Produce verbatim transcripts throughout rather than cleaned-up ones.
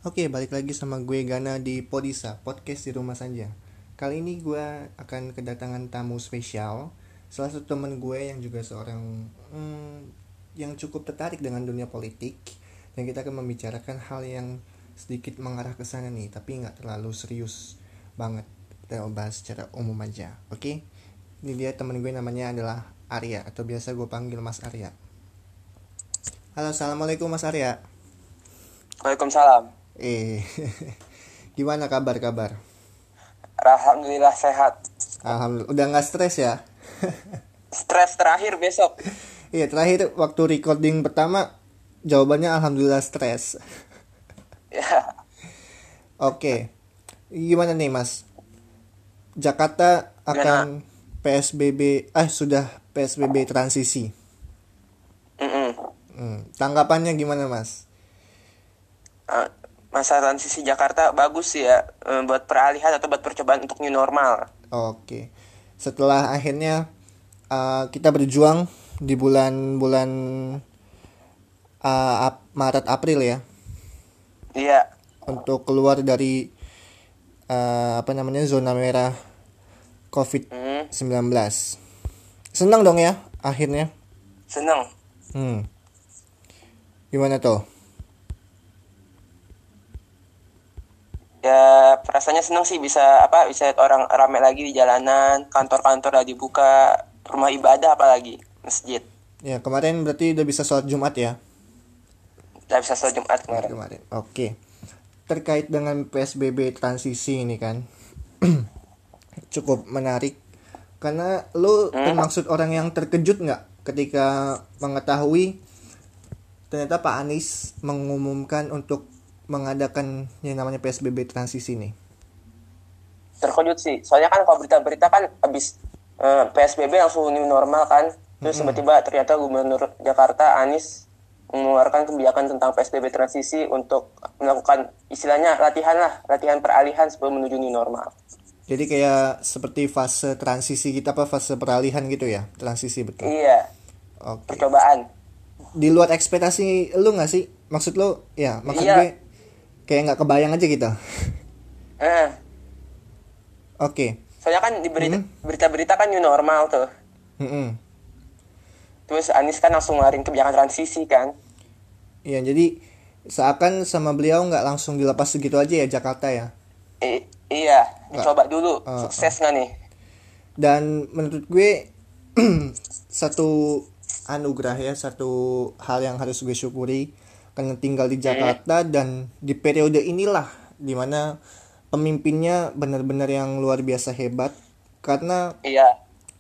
Oke, balik lagi sama gue Gana di Podisa, podcast di rumah saja. Kali ini gue akan kedatangan tamu spesial, salah satu teman gue yang juga seorang hmm, yang cukup tertarik dengan dunia politik. Dan kita akan membicarakan hal yang sedikit mengarah ke sana nih, tapi nggak terlalu serius banget. Kita bahas secara umum aja, oke? Ini dia teman gue, namanya adalah Arya, atau biasa gue panggil Mas Arya. Halo, assalamualaikum Mas Arya. Waalaikumsalam. Eh, gimana kabar-kabar? Alhamdulillah sehat. Alhamdulillah. Udah nggak stres ya? Stres terakhir besok. Iya, terakhir waktu recording pertama jawabannya alhamdulillah stres. Ya, Oke. Gimana nih, Mas? Jakarta akan gimana? P S B B, eh sudah P S B B transisi. Mm-mm. Hmm, tanggapannya gimana, Mas? Eh, Masa transisi Jakarta bagus sih ya, eh, buat peralihan atau buat percobaan untuk new normal. Oke. Setelah akhirnya uh, kita berjuang di bulan-bulan uh, Ap- Maret April ya, Iya. untuk keluar dari uh, apa namanya zona merah Hmm, covid sembilan belas. Senang dong ya akhirnya. seneng. Hmm. Gimana tuh? Ya, perasaannya seneng sih bisa apa bisa lihat orang rame lagi di jalanan, kantor-kantor udah dibuka, rumah ibadah apalagi masjid. Ya, kemarin berarti udah bisa sholat Jumat ya? Udah bisa sholat Jumat kemarin. Kemarin. Oke. Terkait dengan P S B B transisi ini kan cukup menarik karena lu Hmm? termaksud orang yang terkejut nggak ketika mengetahui ternyata Pak Anies mengumumkan untuk mengadakan yang namanya P S B B transisi nih. Terkejut sih. Soalnya kan kalau berita-berita kan habis eh, P S B B langsung new normal kan. Terus Mm-mm. tiba-tiba ternyata Gubernur Jakarta Anies mengeluarkan kebijakan tentang P S B B transisi untuk melakukan istilahnya latihan lah, latihan peralihan sebelum menuju new normal. Jadi kayak seperti fase transisi kita, apa fase peralihan gitu ya, transisi betul. Iya, Oke. percobaan. Di luar ekspektasi lu nggak sih? Maksud lu? Ya, maksud Iya, gue kayak nggak kebayang aja gitu. eh, Oke. soalnya kan di berita, Hmm. berita-berita kan new normal tuh. Mm-mm. Terus Anies kan langsung ngeluarin kebijakan transisi kan. Iya, jadi seakan sama beliau nggak langsung dilepas segitu aja ya Jakarta ya. I- iya, Nggak. dicoba dulu. Uh, Sukses nggak nih? Dan menurut gue satu anugerah ya, satu hal yang harus gue syukuri karena tinggal di Jakarta dan di periode inilah dimana pemimpinnya benar-benar yang luar biasa hebat karena Iya,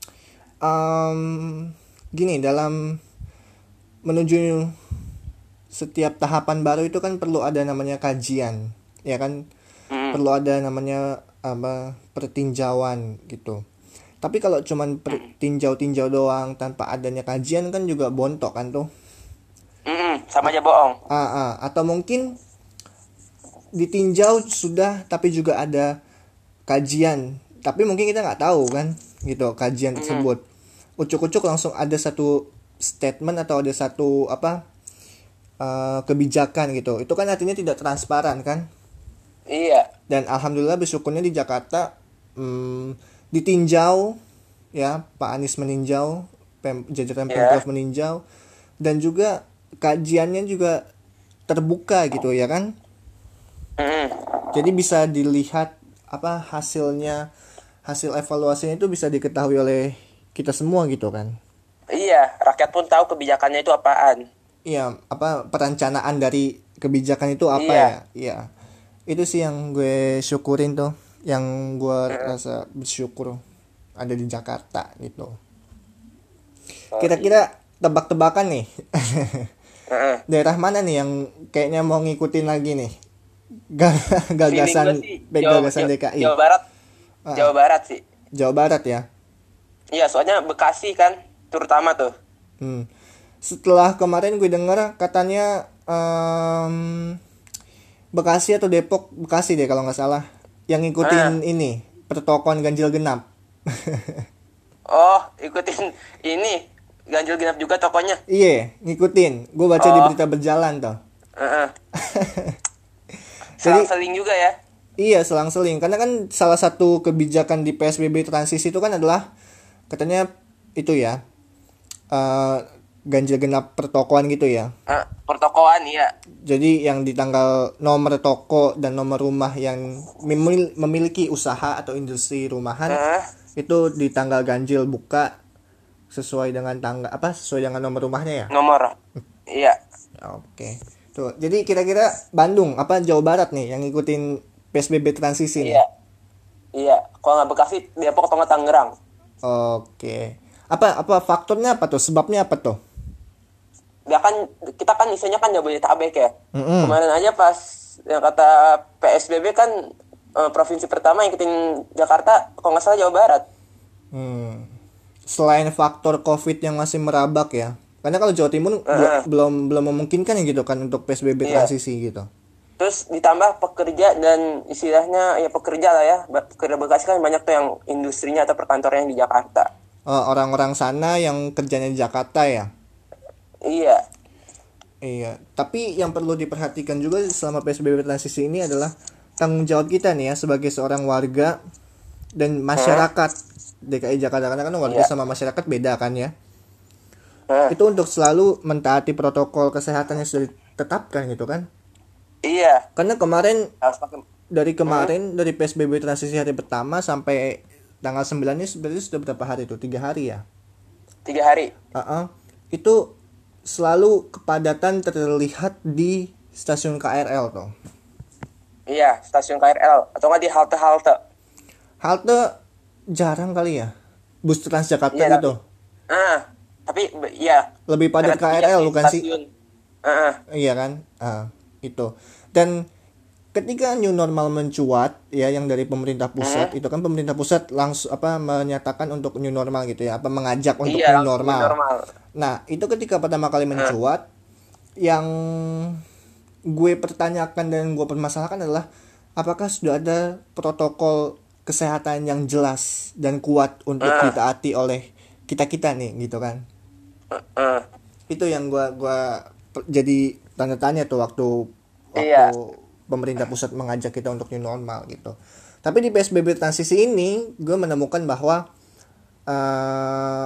um, gini, dalam menuju setiap tahapan baru itu kan perlu ada namanya kajian, ya kan, hmm, perlu ada namanya apa pertinjauan gitu. Tapi kalau cuman per- tinjau-tinjau doang tanpa adanya kajian kan juga bontok kan tuh. Mm-mm, sama aja bohong. Ah, ah. Atau mungkin ditinjau sudah tapi juga ada kajian, tapi mungkin kita nggak tahu kan gitu kajian Mm-mm. tersebut. Ucuk-ucuk langsung ada satu statement atau ada satu apa eh, kebijakan gitu. Itu kan artinya tidak transparan kan. Iya, Dan alhamdulillah bersyukurnya di Jakarta hmm, ditinjau ya, Pak Anies meninjau, Pem, jajaran iya. Pemprov meninjau, dan juga kajiannya juga terbuka gitu ya kan. Mm-mm. Jadi bisa dilihat apa hasilnya, hasil evaluasinya itu bisa diketahui oleh kita semua gitu kan. Iya, rakyat pun tahu kebijakannya itu apaan. Iya, apa perencanaan dari kebijakan itu apa Iya. ya? Iya. Itu sih yang gue syukurin tuh, yang gue rasa bersyukur ada di Jakarta gitu. Kira-kira tebak-tebakan nih. Heeh. Daerah mana nih yang kayaknya mau ngikutin lagi nih? Ga- Feeling gue Gagasan sih baik Jawa, gagasan Jawa, D K I. Jawa Barat, Ah, Jawa Barat sih. Jawa Barat ya. Iya, soalnya Bekasi kan, terutama tuh. Hmm. Setelah kemarin gue dengar katanya em, Bekasi atau Depok, Bekasi deh kalau nggak salah, yang ngikutin ini protokol ganjil genap. Oh, ikutin ini ganjil genap juga tokonya. Iya, ngikutin. Gue baca di Oh. berita berjalan tuh. Heeh. Jadi seling juga ya. iya, selang-seling. Karena kan salah satu kebijakan di P S B B transisi itu kan adalah katanya itu ya, eh, ganjil genap pertokoan gitu ya. Eh, pertokoan iya. Jadi yang di tanggal nomor toko dan nomor rumah yang memil- memiliki usaha atau industri rumahan Eh, itu di tanggal ganjil buka sesuai dengan tangga apa sesuai dengan nomor rumahnya ya. nomor. Iya. Oke. Tuh, jadi kira-kira Bandung apa Jawa Barat nih yang ngikutin P S B B transisi nih. Iya. Iya. Kalau nggak Bekasi, Depok atau nggak Tangerang. Oke. Apa apa faktornya apa tuh? Sebabnya apa tuh? Ya kan kita kan isinya kan Jabodetabek ya. Mm-mm. Kemarin aja pas yang kata P S B B kan eh, provinsi pertama yang ikutin Jakarta, kalau nggak salah Jawa Barat. Hmm. Selain faktor COVID yang masih merabak ya. Karena kalau Jawa Timur bel- belum belum memungkinkan ya gitu kan untuk P S B B Iya. transisi gitu. Terus ditambah pekerja dan istilahnya ya pekerja lah ya. Ba- Pekerja Bekasi kan banyak tuh yang industrinya atau perkantoran yang di Jakarta. Eh, orang-orang sana yang kerjanya di Jakarta ya. Iya. Iya, tapi yang perlu diperhatikan juga selama P S B B transisi ini adalah tanggung jawab kita nih ya sebagai seorang warga dan masyarakat D K I Jakarta, karena kan warga Iya. sama masyarakat beda kan ya. Hah? Itu untuk selalu mentaati protokol kesehatan yang sudah ditetapkan gitu kan. Iya. Karena kemarin Harus pakai. dari kemarin dari P S B B transisi hari pertama sampai tanggal sembilan ini sebenarnya sudah berapa hari itu? Tiga hari ya. Tiga hari. Uh-uh. Itu selalu kepadatan terlihat di stasiun K R L tuh. Iya, stasiun K R L atau nggak di halte-halte. Halte jarang kali ya. Bus Transjakarta Iya, gitu. Ah, tapi be- iya. Lebih padat K R L Iya, bukan sih? stasiun. Ah, ah. Iya kan? Ah, itu. Dan ketika new normal mencuat ya yang dari pemerintah pusat, itu kan pemerintah pusat langsung apa menyatakan untuk new normal gitu ya, apa mengajak untuk Iya, new langsung normal. new normal. Nah, itu ketika pertama kali mencuat, yang gue pertanyakan dan gue permasalahkan adalah apakah sudah ada protokol kesehatan yang jelas dan kuat untuk Ah. ditaati oleh kita-kita nih gitu kan. Ah. Itu yang gue gua per- jadi tanda tanya tuh waktu waktu Iya. pemerintah pusat mengajak kita untuk new normal gitu. Tapi di P S B B transisi ini gue menemukan bahwa eh,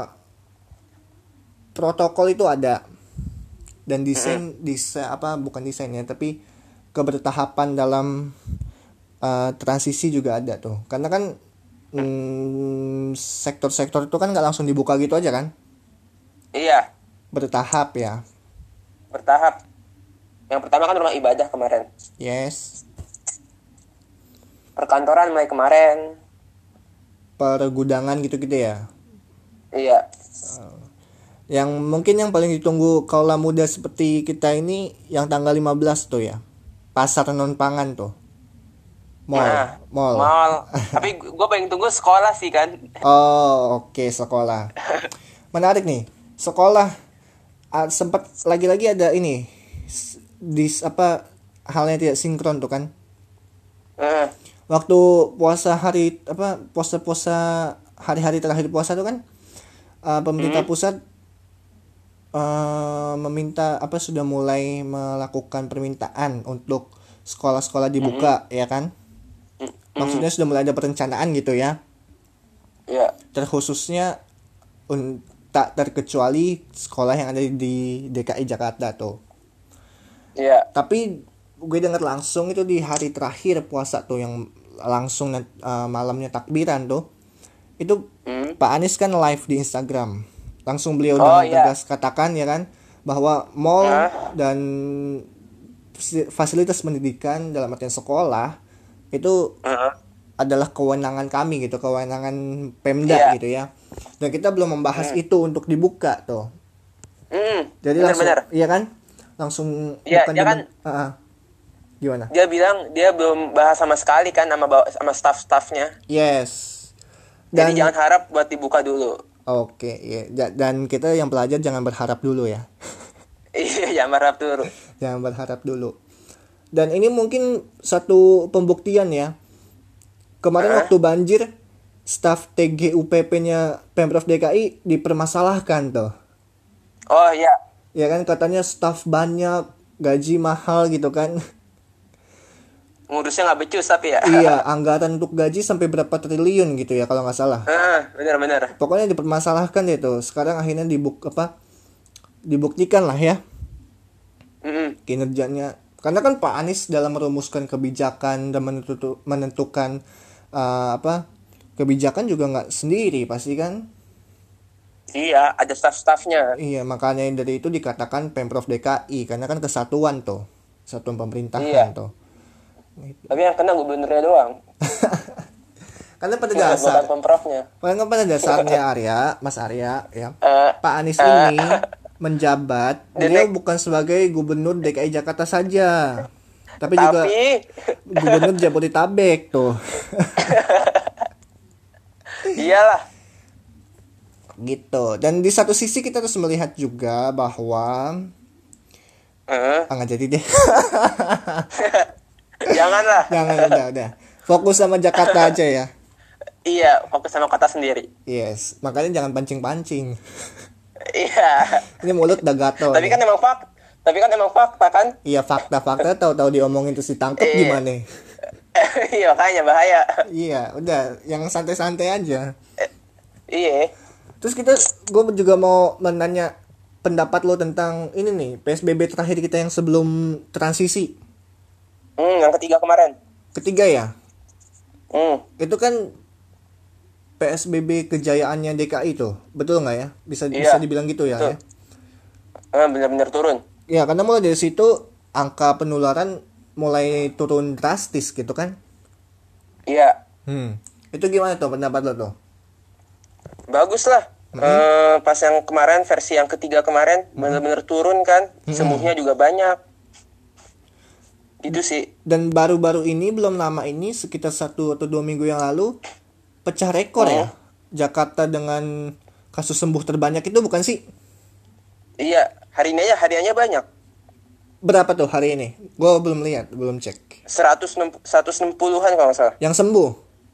protokol itu ada dan desain desain apa bukan desainnya tapi kebertahapan dalam eh, transisi juga ada tuh. Karena kan mm, sektor-sektor itu kan nggak langsung dibuka gitu aja kan, Iya, bertahap ya. bertahap. Yang pertama kan rumah ibadah kemarin. Yes. Perkantoran mulai kemarin. Pergudangan gitu-gitu ya. Iya. Yang mungkin yang paling ditunggu kaula muda seperti kita ini yang tanggal lima belas tuh ya. Pasar non pangan tuh. Mall, Nah, mall. Mall. Tapi gue paling tunggu sekolah sih kan. Oh, oke, sekolah. Menarik nih. Sekolah ah, sempat lagi-lagi ada ini s- dis apa halnya tidak sinkron tuh kan. Eh, Waktu puasa hari apa puasa-puasa hari-hari terakhir puasa tuh kan uh, pemerintah pusat uh, meminta apa sudah mulai melakukan permintaan untuk sekolah-sekolah dibuka ya kan, maksudnya sudah mulai ada perencanaan gitu ya, Iya. terkhususnya un- tak terkecuali sekolah yang ada di D K I Jakarta tuh. Iya. Tapi gue dengar langsung itu di hari terakhir puasa tuh yang langsung uh, malamnya takbiran tuh. Itu Hmm. Pak Anies kan live di Instagram. Langsung beliau Oh, dengan iya. tegas katakan ya kan bahwa mall Hah? dan fasi- fasilitas pendidikan dalam artian sekolah itu Heeh. adalah kewenangan kami gitu, kewenangan Pemda Iya. gitu ya. Dan kita belum membahas itu untuk dibuka tuh. Hmm. Jadi langsung Benar-benar. iya kan? Langsung Iya, bukan dia di- kan- Ah, ah. Gimana? Dia bilang dia belum bahas sama sekali kan sama bawa- sama staff-staffnya. Yes. Jadi Dan jangan harap buat dibuka dulu. oke, iya. Ja- Dan kita yang pelajar jangan berharap dulu ya. Iya, jangan harap dulu. Jangan berharap dulu. Dan ini mungkin satu pembuktian ya. Kemarin Hah? waktu banjir, staf T G U P P-nya Pemprov D K I dipermasalahkan tuh. Oh iya. Ya kan katanya staf banyak, gaji mahal gitu kan. ngurusnya nggak becus tapi ya. Iya, anggaran untuk gaji sampai berapa triliun gitu ya kalau nggak salah. Ah, benar-benar. Pokoknya dipermasalahkan deh tuh. Sekarang akhirnya dibuk apa? Dibuktikan lah ya Mm-mm. kinerjanya. Karena kan Pak Anies dalam merumuskan kebijakan dan menentu- menentukan uh, apa? Kebijakan juga nggak sendiri pasti kan. Iya, ada staff-staffnya. Iya, makanya dari itu dikatakan Pemprov D K I karena kan kesatuan tuh. Satuan pemerintahan Iya. tuh. Tapi yang kena gubernurnya doang. Karena pada Bukan dasar, pemprovnya. karena pada dasarnya Arya, Mas Arya, ya, Eh, Pak Anies ini menjabat, beliau bukan sebagai gubernur D K I Jakarta saja, tapi juga tapi gubernur Jabodetabek tuh, iyalah. gitu. Dan di satu sisi kita harus melihat juga bahwa, Eh, ah nggak jadi deh, janganlah. jangan udah udah, fokus sama Jakarta aja ya. Iya, fokus sama kota sendiri. Yes, makanya jangan pancing-pancing. Iya. Ini mulut udah gatel. Tapi nih. kan emang fak. Tapi kan emang fakta kan? Iya fakta-fakta tahu-tahu diomongin terus ditangkep Iya. gimana? Iya, makanya bahaya. Iya, udah yang santai-santai aja. Iya. Terus kita, gue juga mau menanya pendapat lo tentang ini nih P S B B terakhir kita yang sebelum transisi. Hmm, yang ketiga kemarin. Ketiga ya, Hmm. itu kan P S B B kejayaannya D K I tuh, betul nggak ya? Bisa Iya. bisa dibilang gitu ya? Betul. Ya? Ah, benar-benar turun. Ya, karena mulai dari situ angka penularan mulai turun drastis gitu kan? Iya. Hmm. Itu gimana tuh pendapat lo tuh? Bagus lah. Eh, pas yang kemarin versi yang ketiga kemarin benar-benar turun kan, sembuhnya juga banyak. Gitu sih. Dan baru-baru ini belum lama ini sekitar satu atau dua minggu yang lalu pecah rekor ya Jakarta dengan kasus sembuh terbanyak itu bukan sih? Iya, harinya ya hariannya banyak. Berapa tuh hari ini? Gue belum lihat, belum cek. seratus enam puluhan kalau nggak salah. Yang sembuh?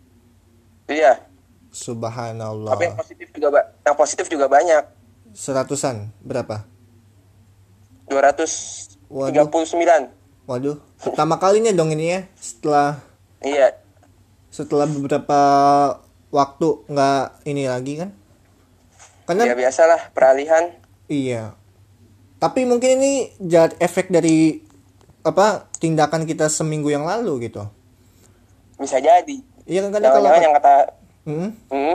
Iya. Subhanallah. Tapi yang positif juga ba- yang positif juga banyak. Seratusan berapa? dua ratus tiga puluh sembilan. Waduh, pertama kalinya dong ini ya setelah Iya. setelah beberapa waktu nggak ini lagi kan? Karena Ya biasalah peralihan. iya. Tapi mungkin ini jad efek dari apa tindakan kita seminggu yang lalu gitu. Bisa jadi. Iya kan karena kalau Jangan-jangan yang kata hmm? hmm,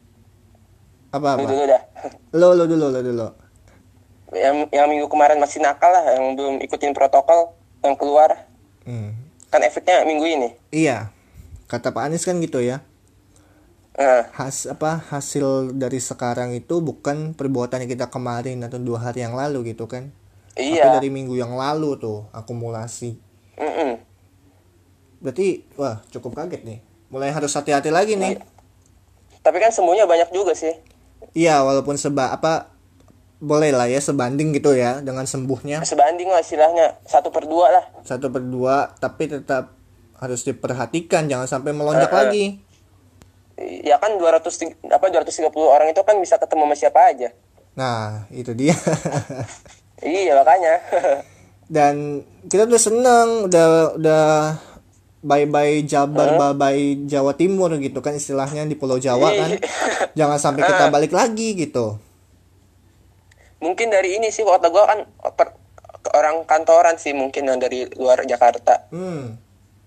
apa lu apa? dulu dah. Lo lo dulu lo dulu. Yang yang minggu kemarin masih nakal lah, yang belum ikutin protokol yang keluar. Hmm. Kan efeknya minggu ini. Iya. Kata Pak Anies kan gitu ya. Nah, Has apa hasil dari sekarang itu bukan perbuatan yang kita kemarin atau dua hari yang lalu gitu kan. Tapi iya. dari minggu yang lalu tuh akumulasi. Mm-mm. Berarti wah cukup kaget nih. Mulai harus hati-hati lagi nih. Tapi kan semuanya banyak juga sih. Iya, walaupun seba apa boleh lah ya sebanding gitu ya dengan sembuhnya Sebanding lah istilahnya. Satu per dua lah. satu per dua, tapi tetap harus diperhatikan jangan sampai melonjak Uh-uh. lagi. Ya kan dua ratus tiga- apa dua ratus tiga puluh orang itu kan bisa ketemu sama siapa aja. Nah itu dia. Iya makanya. Dan kita udah seneng, udah udah bye bye Jabar, bye bye Jawa Timur gitu kan istilahnya di Pulau Jawa kan. Jangan sampai kita balik lagi gitu. Mungkin dari ini sih kota gua kan per- orang kantoran sih mungkin yang dari luar Jakarta. Hmm.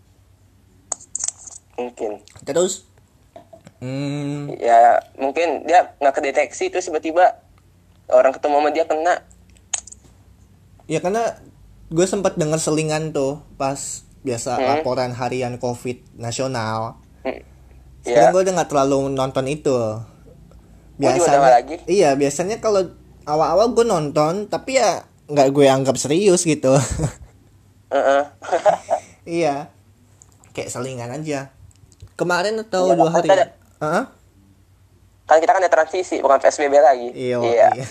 Mungkin. Terus hmm, Ya mungkin dia nggak kedeteksi terus tiba-tiba orang ketemu sama dia kena. ya karena gue sempat dengar selingan tuh pas biasa Hmm. laporan harian COVID nasional. Hmm. Sekarang Ya. gue udah nggak terlalu nonton itu. juga udah Biasanya, nggak lagi? iya biasanya kalau awal-awal gue nonton, tapi ya nggak gue anggap serius gitu. Heeh. Iya, kayak selingan aja. Kemarin atau Iya, dua kan hari? ada- Heeh? Kan kita kan ada transisi bukan P S B B lagi. Iya. Iya. iya.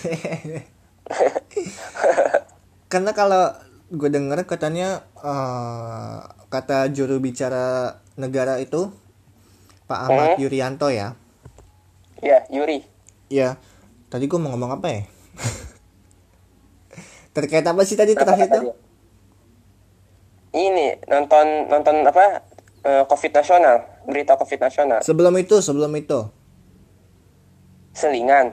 Karena kalau gue dengar katanya eh, kata juru bicara negara itu Pak Ahmad Hmm. Yuryanto ya. Iya, Yuri. Ya, tadi gue mau ngomong apa ya? Terkait apa sih tadi Apa terakhir kata itu? dia? ini nonton nonton apa eh, COVID nasional, berita COVID nasional. Sebelum itu, sebelum itu. Selingan.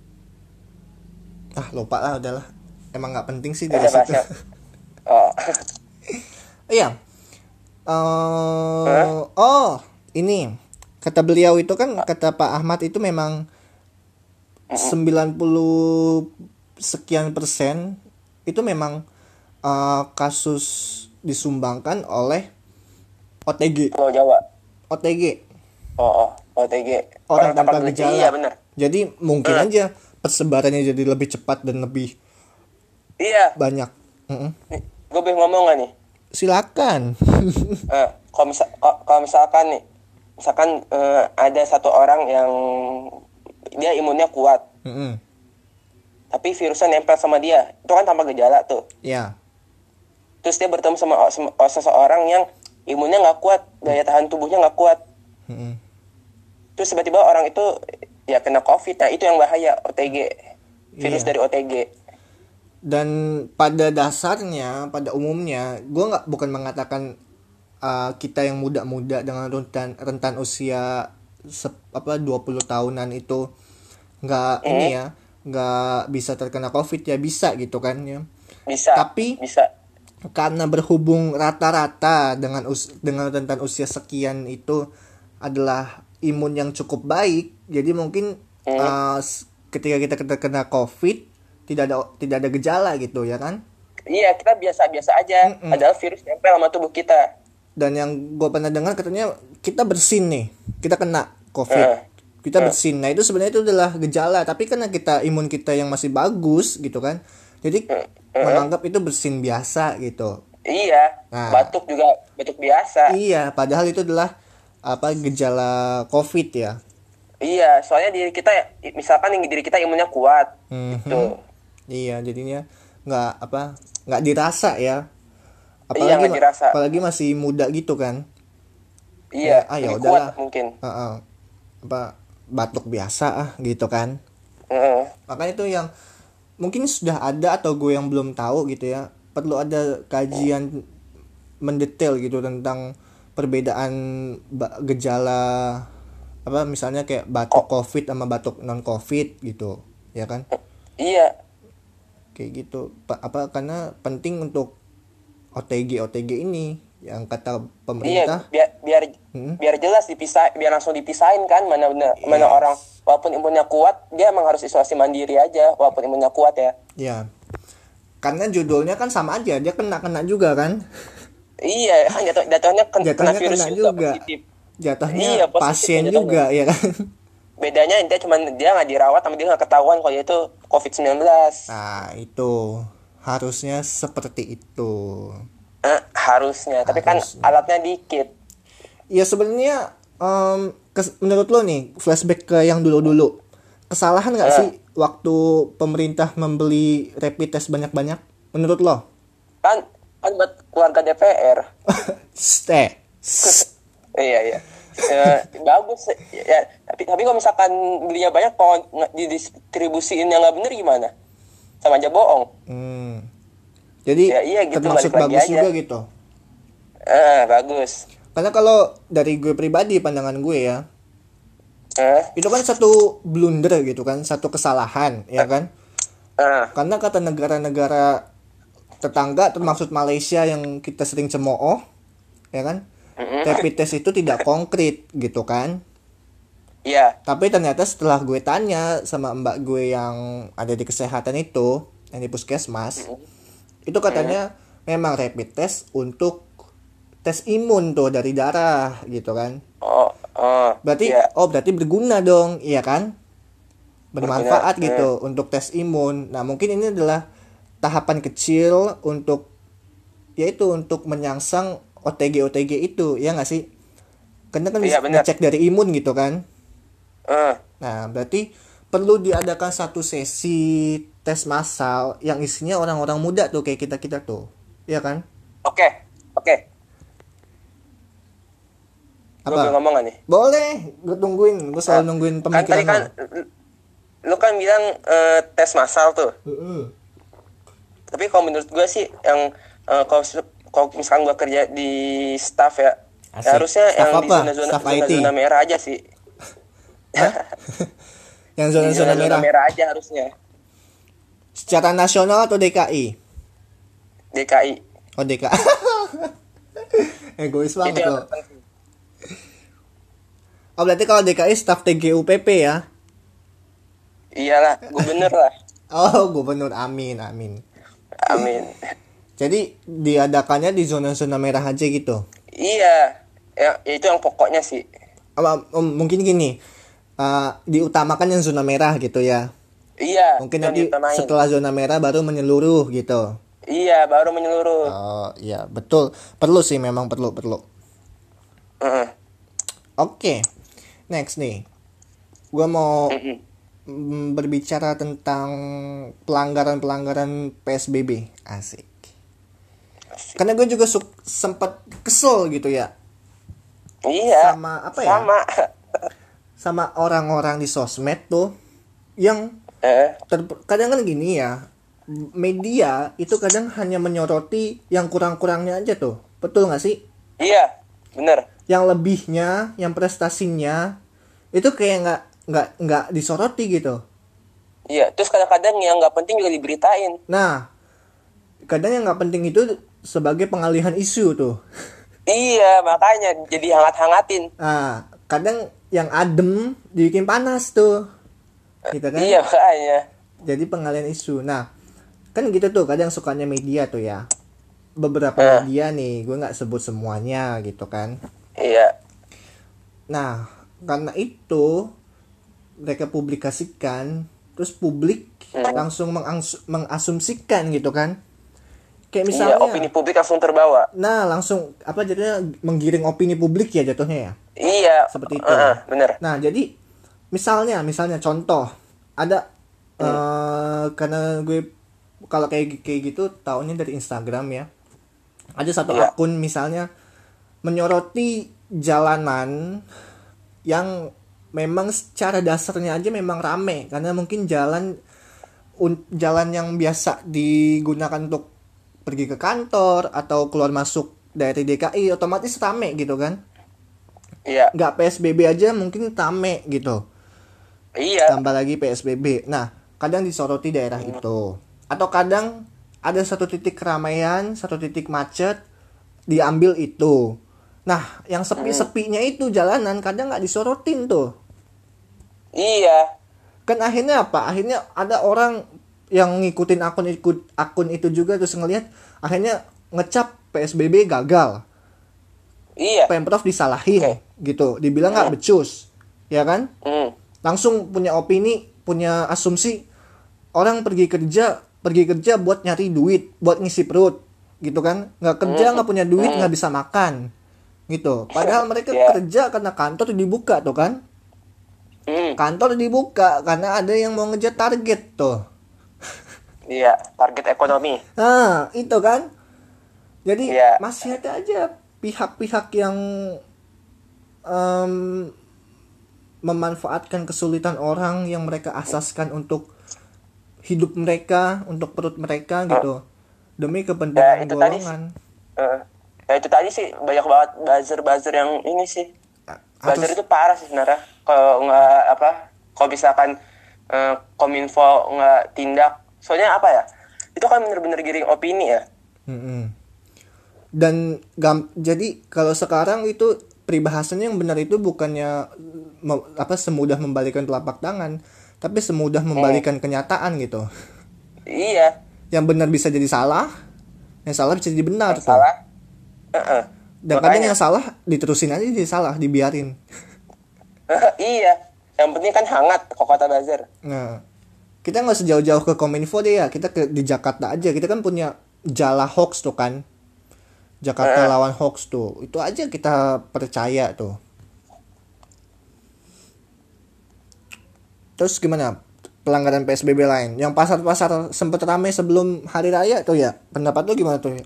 Ah, lupa lah udahlah. Emang nggak penting sih dari Udah situ. bahasnya. Oh. Iya. Eh, Hah? oh, ini kata beliau itu kan, kata Pak Ahmad itu memang sembilan puluh sekian persen itu memang eh, kasus disumbangkan oleh O T G. Pulau Jawa. O T G, Oh, oh, O T G. orang tanpa gejala. gejala. Iya, benar. Jadi mungkin Eh. aja persebarannya jadi lebih cepat dan lebih Iya. banyak. Mm-mm. Nih, gue boleh ngomong gak nih? Silakan. Eh, kalau misal, kalau kalau misalkan nih, misalkan eh, ada satu orang yang dia imunnya kuat, Mm-mm. tapi virusnya nempel sama dia, itu kan tanpa gejala tuh. Ya. Terus dia bertemu sama, sama seseorang yang imunnya nggak kuat, daya tahan tubuhnya nggak kuat. Mm-mm. Terus tiba-tiba orang itu ya kena COVID, nah itu yang bahaya, O T G, virus Iya. dari O T G. Dan pada dasarnya, pada umumnya, gue nggak bukan mengatakan uh, kita yang muda-muda dengan rentan rentan usia sep, apa dua puluh tahunan itu nggak ini Hmm. ya, nggak bisa terkena COVID, ya bisa gitu kan ya. Bisa, Tapi bisa. karena berhubung rata-rata dengan us dengan rentan usia sekian itu adalah imun yang cukup baik, jadi mungkin Hmm. uh, s- ketika kita terkena COVID tidak ada tidak ada gejala gitu ya kan. Iya, kita biasa-biasa aja, Mm-mm. padahal virus nempel sama tubuh kita. Dan yang gue pernah dengar katanya kita bersin nih, kita kena COVID, Eh. kita Eh. bersin. Nah itu sebenarnya itu adalah gejala, tapi karena kita imun kita yang masih bagus gitu kan, jadi menganggap itu bersin biasa gitu. Iya, Nah. batuk juga batuk biasa. Iya, padahal itu adalah apa gejala COVID ya. Iya, soalnya diri kita, misalkan yang diri kita imunnya kuat, Mhm. gitu. Iya, jadinya nggak apa nggak dirasa ya. Iya, Apalagi nggak dirasa. apalagi masih muda gitu kan. Iya, ah, ya lebih udahlah. kuat mungkin. Heeh. Apa batuk biasa ah gitu kan. Heeh. Makanya itu yang mungkin sudah ada atau gue yang belum tahu gitu ya, perlu ada kajian mendetail gitu tentang perbedaan ba- gejala apa misalnya kayak batuk COVID sama batuk non COVID gitu ya kan, Iya, kayak gitu. Pa- apa karena penting untuk O T G O T G ini yang kata iya, pemerintah. biar biar Hmm. biar jelas dipisah, biar langsung dipisahin kan mana mana, mana Yes. orang walaupun imunnya kuat, dia emang harus isolasi mandiri aja walaupun imunnya kuat ya. Ya, karena judulnya kan sama aja, dia kena kena juga kan. Iya, kan jatuh jatuhnya ken- kena Jatuhnya virus kena juga, juga. positif. Jatuhnya Iya, positif pasien jatuhnya. juga ya kan. Bedanya dia cuman dia nggak dirawat sama dia nggak ketahuan kalau dia itu covid sembilan belas. Nah, itu harusnya seperti itu. Eh, harusnya, tapi kan Harusnya. alatnya dikit. Ya sebenarnya em, kes- menurut lo nih, flashback ke yang dulu-dulu. Kesalahan nggak Eh. sih waktu pemerintah membeli rapid test banyak-banyak? Menurut lo? Kan kan buat keluarga D P R. Stay. Iya iya. Eh, bagus ya, tapi tapi kalau misalkan belinya banyak kalau nggak didistribusiin yang nggak bener gimana? Sama aja bohong. Hmm. Jadi Ya, iya gitu, termasuk balik lagi bagus aja. juga gitu. Eh, bagus. Karena kalau dari gue pribadi, pandangan gue ya, Eh, itu kan satu blunder gitu kan, satu kesalahan ya kan. eh, Karena kata negara-negara tetangga termasuk Malaysia yang kita sering cemooh, ya kan, mm-mm. rapid test itu tidak konkret gitu kan. Iya. Tapi ternyata setelah gue tanya sama mbak gue yang ada di kesehatan itu, yang di puskesmas, itu katanya memang rapid test untuk tes imun tuh dari darah gitu kan. Oh, oh. Berarti Iya. oh berarti berguna dong, iya kan? Bermanfaat Berguna, gitu untuk tes imun. Nah, mungkin ini adalah tahapan kecil untuk yaitu untuk menyangsang O T G O T G itu, ya nggak sih? Karena kan Iya, bisa benar. ngecek dari imun gitu kan. Eh, Nah, berarti perlu diadakan satu sesi tes massal yang isinya orang-orang muda tuh kayak kita-kita tuh. Iya kan? Oke, oke. Gue Apa? boleh ngomong gak nih? Boleh, gue tungguin. Gue selalu nungguin Kan tadi pemikiran kan lo. lu- lu kan bilang eh, tes massal tuh. Heeh. Tapi kalau menurut gue sih yang eh, kalau se- kalau misalkan gua kerja di staff ya, Asik. ya harusnya Staff yang di apa? zona-zona Staff I T? zona-zona merah aja sih. Hah? Yang Di zona-zona zona-zona merah. merah aja harusnya. Secara nasional atau D K I? D K I. Oh D K I. Egois Itu banget yang loh. terpenting. Oh berarti kalau D K I staff T G U P P ya? Iyalah, gubernur lah. Oh gubernur, amin amin. Amin. Jadi diadakannya di zona-zona merah aja gitu. Iya, ya, itu yang pokoknya sih. Apa, um, mungkin gini, uh, diutamakan yang zona merah gitu ya. Iya. Mungkin itu yang nanti diutamain. setelah zona merah baru menyeluruh gitu. Iya, baru menyeluruh. Oh iya betul, perlu sih, memang perlu perlu. Heeh. Oke, next nih, gua mau Mm-mm. mm, berbicara tentang pelanggaran-pelanggaran P S B B. Asik. Karena gue juga su- sempat kesel gitu ya Iya. sama apa ya? Sama. Sama orang-orang di sosmed tuh yang Eh, ter- kadang kan gini ya, media itu kadang hanya menyoroti yang kurang-kurangnya aja tuh, betul nggak sih? iya, bener. Yang lebihnya, yang prestasinya itu kayak nggak nggak nggak disoroti gitu. Iya, terus kadang-kadang yang nggak penting juga diberitain. Nah, kadang yang nggak penting itu sebagai pengalihan isu tuh. Iya, makanya jadi hangat-hangatin. Nah, kadang yang adem dibikin panas tuh, gitu kan? Iya, makanya. Jadi pengalihan isu. Nah, kan gitu tuh kadang sukanya media tuh ya. Beberapa Eh. media nih, gue nggak sebut semuanya gitu kan. Iya. Nah, karena itu mereka publikasikan, terus publik Hmm. langsung mengangs- mengasumsikan gitu kan. Kayak misalnya, Iya, opini publik langsung terbawa. nah langsung apa jadinya menggiring opini publik ya jatuhnya ya. Iya. Seperti itu. Heeh, bener. Nah, jadi misalnya, misalnya contoh ada eh karena gue kalau kayak kayak gitu taunya dari Instagram ya. Ada satu Iya. akun misalnya menyoroti jalanan yang memang secara dasarnya aja memang rame karena mungkin jalan un- jalan yang biasa digunakan untuk pergi ke kantor atau keluar masuk dari D K I otomatis rame gitu kan. Iya. Nggak P S B B aja mungkin rame gitu. Iya. Tambah lagi P S B B. Nah, kadang disoroti daerah itu. Atau kadang ada satu titik keramaian, satu titik macet, diambil itu. Nah, yang sepi-sepinya itu jalanan kadang nggak disorotin tuh. Iya. Kan akhirnya apa? Akhirnya ada orang yang ngikutin akun ikut akun itu juga terus ngelihat akhirnya ngecap P S B B gagal. Iya. Pemprov disalahin Oke. gitu. Dibilang nggak becus. Ya kan? Hmm. Langsung punya opini, punya asumsi orang pergi kerja, pergi kerja buat nyari duit, buat ngisi perut, gitu kan? Nggak kerja, nggak punya duit, nggak bisa makan, gitu. Padahal mereka Yeah. kerja karena kantor dibuka tuh kan? Hmm. Kantor dibuka karena ada yang mau ngejar target tuh. Iya, target ekonomi. Nah, itu kan? Jadi Iya. masih ada aja pihak-pihak yang em, memanfaatkan kesulitan orang yang mereka asaskan untuk hidup mereka, untuk perut mereka gitu, demi Ya, kepentingan itu tadi golongan. Eh, ya itu tadi sih banyak banget buzzer-buzzer yang ini sih. Buzzer Harus itu parah sih sebenarnya. Kalau nggak apa, kalau misalkan eh, Kominfo nggak tindak, soalnya apa ya? Itu kan bener-bener giring opini ya. Mm-mm. Dan gam- jadi kalau sekarang itu peribahasanya yang benar itu bukannya me- apa semudah membalikan telapak tangan, tapi semudah membalikan kenyataan gitu. Iya. Yang benar bisa jadi salah, yang salah bisa jadi benar Yang tuh. salah. Heeh. Dan kadang Makanya. yang salah diterusin aja jadi salah, dibiarin. Iya. Yang penting kan hangat kok kata buzzer. Nah, kita nggak sejauh-jauh ke Kominfo deh ya, kita ke di Jakarta aja. Kita kan punya Jala Hoax tuh kan, Jakarta Eh. lawan hoax tuh. Itu aja kita percaya tuh. Terus gimana pelanggaran P S B B lain? Yang pasar-pasar sempet ramai sebelum hari raya tuh ya. Pendapat lu gimana tuh?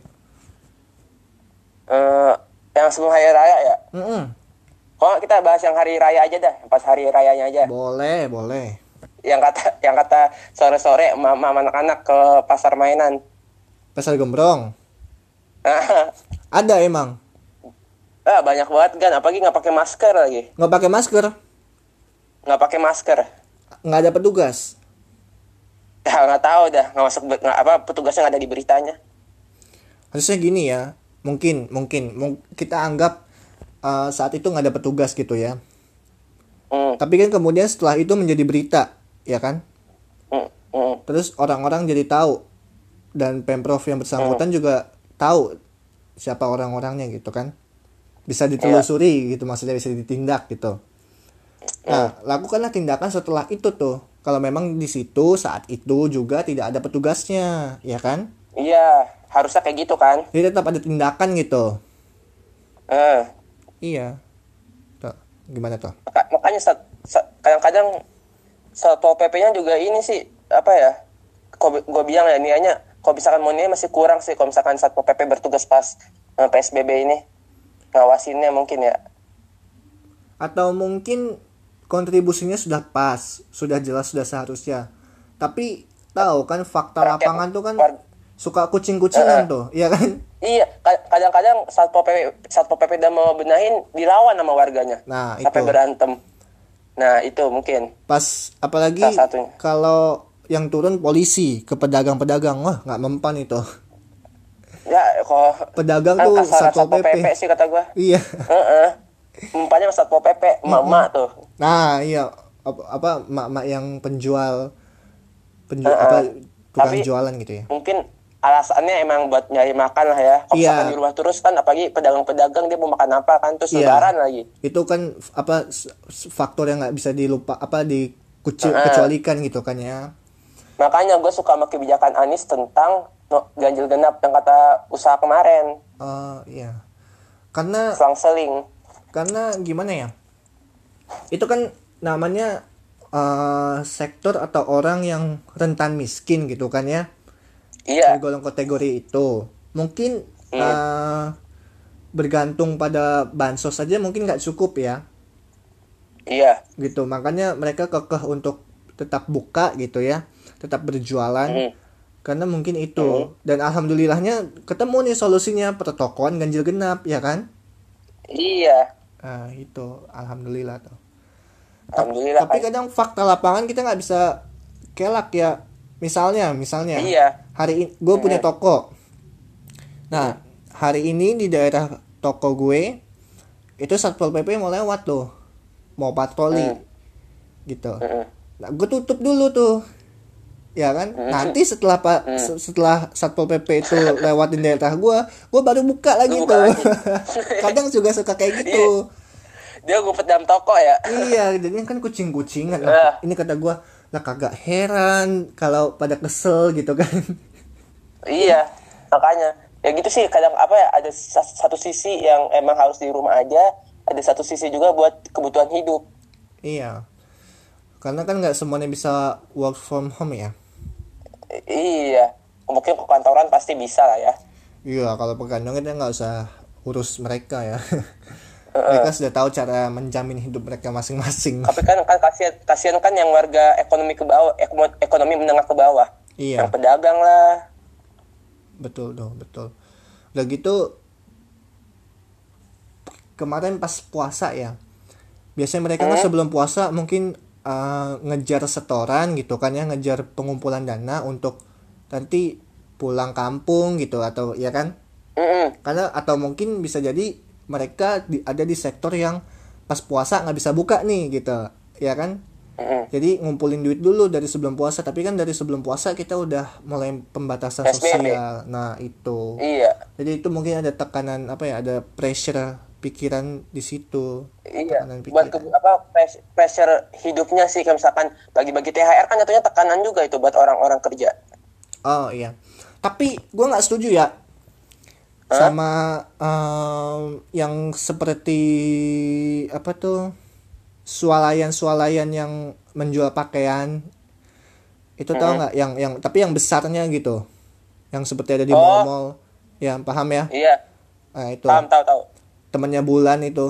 Eh, yang sebelum hari raya ya. Mm-mm. Kalau nggak kita bahas yang hari raya aja dah, yang pas hari rayanya aja. Boleh, boleh. Yang kata yang kata sore-sore mama anak-anak ke pasar mainan. Pasar Gembrong. Ada emang. Ah, banyak banget kan, apalagi nggak pakai masker lagi. Nggak pakai masker, Nggak pakai masker. nggak ada petugas. Ya nggak tahu dah, nggak masuk nggak apa petugasnya nggak ada di beritanya. Harusnya gini ya, mungkin mungkin mung- kita anggap uh, saat itu nggak ada petugas gitu ya. Hmm. Tapi kan kemudian setelah itu menjadi berita, ya kan? Hmm. Hmm. Terus orang-orang jadi tahu dan Pemprov yang bersangkutan juga tahu siapa orang-orangnya gitu kan. Bisa ditelusuri gitu, maksudnya bisa ditindak gitu. Nah, lakukanlah tindakan setelah itu tuh. Kalau memang di situ saat itu juga tidak ada petugasnya, ya kan? Iya, harusnya kayak gitu kan. Jadi tetap ada tindakan gitu. Eh, Iya. Tuh, gimana tuh? maka- makanya sat- sat- kadang-kadang Satpol P P-nya juga ini sih apa ya? Kok gue bilang ya niatnya, kalau misalkan mau ini masih kurang sih kalau misalkan Satpol P P bertugas pas eh, P S B B ini ngawasinnya mungkin ya. Atau mungkin kontribusinya sudah pas, sudah jelas, sudah seharusnya. Tapi tahu kan fakta Rakyat- lapangan tuh kan war- suka kucing-kucingan tuh, iya kan? Iya, ka- kadang-kadang Satpol P P Satpol P P udah mau benahin dilawan sama warganya. Nah, Sampai itu. berantem. Nah, itu mungkin. Pas apalagi Salah satunya. kalau yang turun polisi ke pedagang-pedagang, wah nggak mempan itu. Ya, kalau Pedagang kan tuh kasar Satpol Satpol P P. P P sih kata gua. Iya. Heeh. Umpamanya sama Satpol P P, emak-emak tuh. Nah, iya apa, apa mak-mak yang penjual penjual apa tukang Tapi- jualan gitu ya. Mungkin alasannya emang buat nyari makan lah ya. Kalau Iya. misalkan di rumah terus kan apalagi pedagang-pedagang dia mau makan apa kan terus Iya. lebaran lagi. Itu kan f- apa s- s- faktor yang nggak bisa dilupa apa dikecualikan gitu kan ya. Makanya gue suka sama kebijakan Anies tentang no, ganjil genap yang kata usaha kemarin, Oh iya. Karena selang-seling. karena gimana ya? Itu kan namanya eh, sektor atau orang yang rentan miskin gitu kan ya. Iya. Tergolong kategori itu. Mungkin eh, bergantung pada bansos saja mungkin nggak cukup ya. Iya. Gitu. Makanya mereka kekeh untuk tetap buka gitu ya. Tetap berjualan. Hmm. Karena mungkin itu. Dan alhamdulillahnya ketemu nih solusinya pertokoan ganjil genap ya kan? Iya. Ah, itu alhamdulillah tuh. Alhamdulillah Tapi kan. kadang fakta lapangan kita nggak bisa kelak ya. Misalnya, misalnya Iya. hari ini gue punya toko. Nah, hari ini di daerah toko gue itu Satpol P P mau lewat tuh, mau patroli, gitu. Mm-mm. Nah, gue tutup dulu tuh, ya kan? Nanti setelah pak setelah Satpol P P itu lewatin daerah gue, gue baru buka lagi Lu buka tuh. lagi. Kadang juga suka kayak gitu. Dia ngumpet dalam toko ya. Iya, jadi kan kucing-kucingan. Eh. Ini kata gue, lah kagak heran kalau pada kesel gitu kan. Iya. Makanya ya gitu sih kadang apa ya ada sa- satu sisi yang emang harus di rumah aja, ada satu sisi juga buat kebutuhan hidup. Iya. Karena kan nggak semuanya bisa work from home ya. I- iya. Mungkin ke kantoran pasti bisa lah ya. Iya, kalau pegadaian kita nggak usah urus mereka ya. Mereka sudah tahu cara menjamin hidup mereka masing-masing. Tapi kan kan kasihan kasihan kan yang warga ekonomi ke bawah, ekonomi, ekonomi menengah ke bawah. Iya. Yang pedagang lah. Betul dong, betul. Udah gitu kemarin pas puasa ya. Biasanya mereka kan sebelum puasa mungkin uh, ngejar setoran gitu kan ya, ngejar pengumpulan dana untuk nanti pulang kampung gitu atau ya kan? Mm-mm. Karena atau mungkin bisa jadi mereka di, ada di sektor yang pas puasa nggak bisa buka nih gitu, ya kan? Mm-mm. Jadi ngumpulin duit dulu dari sebelum puasa, tapi kan dari sebelum puasa kita udah mulai pembatasan P S B B. sosial. Nah, itu. Iya. Jadi itu mungkin ada tekanan apa ya, ada pressure pikiran di situ. Iya, Tekanan buat pikiran. ke, apa pres- pressure hidupnya sih kayak misalkan bagi-bagi T H R kan jatuhnya tekanan juga itu buat orang-orang kerja. Oh iya. Tapi gue nggak setuju ya sama em, yang seperti apa tuh swalayan-swalayan yang menjual pakaian itu tau nggak yang yang tapi yang besarnya gitu, yang seperti ada di Oh. mall-mall, ya paham ya? Iya, Nah itu paham tahu tahu. temennya Bulan itu.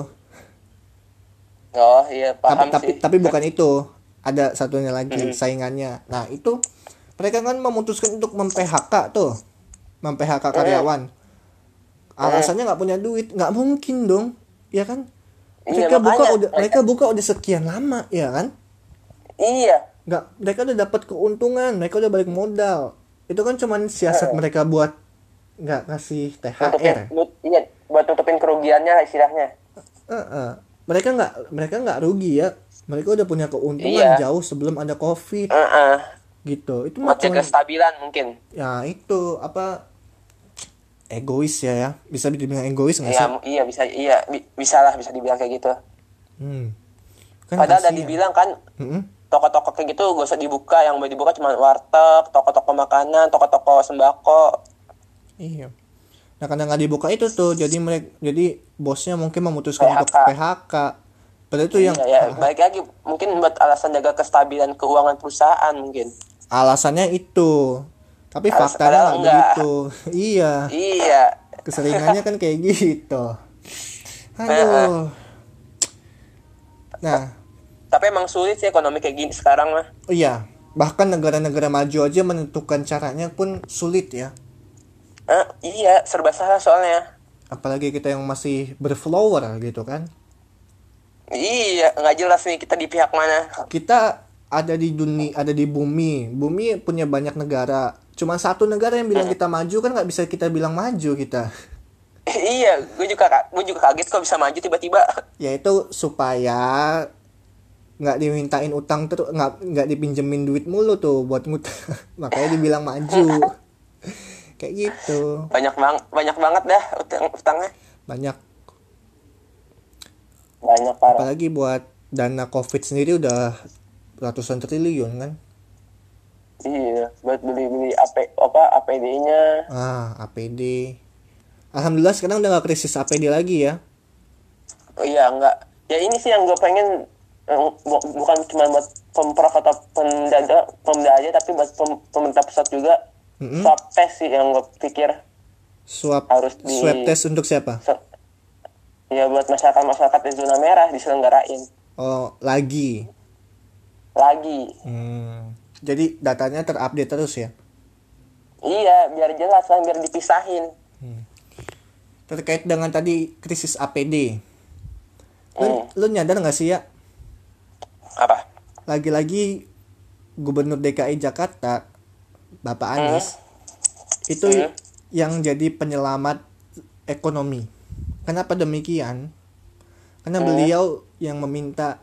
Oh iya Tapi paham tapi sih. tapi bukan itu, ada satunya lagi saingannya. Nah itu mereka kan memutuskan untuk mem-P H K tuh, mem-P H K karyawan. alasannya nggak punya duit, nggak mungkin dong, ya kan? Iya, Mereka buka makanya. udah mereka buka udah sekian lama, ya kan? Iya. Nggak, mereka udah dapat keuntungan, mereka udah balik modal. Itu kan cuman siasat mereka buat nggak ngasih T H Nutupin, R. nut, iya, buat nutupin kerugiannya lah istilahnya. Uh-uh. Mereka nggak mereka nggak rugi ya, mereka udah punya keuntungan Iya. jauh sebelum ada COVID. Heeh. Gitu. Itu mah Buat cek cuman- kestabilan mungkin. ya itu apa egois ya ya, bisa dibilang egois nggak Iya, sih? m- iya bisa iya bi- bisa lah bisa dibilang kayak gitu. Hmm. Kan Padahal udah kasihan. dibilang kan Mm-mm. toko-toko kayak gitu gak usah dibuka, yang boleh dibuka cuma warteg, toko-toko makanan, toko-toko sembako. Iya. Nah karena nggak dibuka itu tuh, jadi mereka jadi bosnya mungkin memutuskan P H K. untuk P H K. Padahal itu yang Iya, ya, balik lagi mungkin buat alasan jaga kestabilan keuangan perusahaan mungkin. alasannya itu. Tapi Alas- faktanya padahal nggak enggak. begitu. Iya. Iya. Keseringannya kan kayak gitu. Aduh. Nah, Tapi emang sulit sih ekonomi kayak gini sekarang mah. iya. Bahkan negara-negara maju aja menentukan caranya pun sulit ya. Eh, iya, serba salah soalnya. Apalagi kita yang masih berflower gitu kan. Iya, nggak jelas nih kita di pihak mana. Kita ada di dunia, ada di bumi. Bumi punya banyak negara. Cuma satu negara yang bilang kita maju, kan nggak bisa kita bilang maju kita. Iya, gue juga gue juga kaget kok bisa maju tiba-tiba. Yaitu supaya nggak dimintain utang terus, nggak nggak dipinjemin duit mulu tuh buat ngutang. Makanya dibilang maju. Kayak gitu. Banyak bang, banyak banget dah utang utangnya. Banyak. Banyak parah. Apalagi buat dana COVID sendiri udah ratusan triliun kan. Iya, buat beli-beli A P apa A P D-nya. Ah, A P D. Alhamdulillah sekarang udah gak krisis A P D lagi ya. Oh iya, enggak. Ya ini sih yang gue pengen eh, bu- bukan cuma buat pemprov atau pemda pemda aja, tapi buat pem- pemerintah pusat juga. Mm-mm. Swab test sih yang gue pikir. Swab Harus di- swab test untuk siapa? Se- ya buat masyarakat-masyarakat di zona merah diselenggarain Oh, lagi. lagi. Hmm. Jadi datanya terupdate terus ya. Iya, biar jelas kan, biar dipisahin. Terkait dengan tadi krisis A P D. Lu, Hmm. lu nyadar gak sih ya? Apa? Lagi-lagi Gubernur D K I Jakarta, Bapak Anies, itu Hmm. yang jadi penyelamat ekonomi. Kenapa demikian? Karena beliau yang meminta,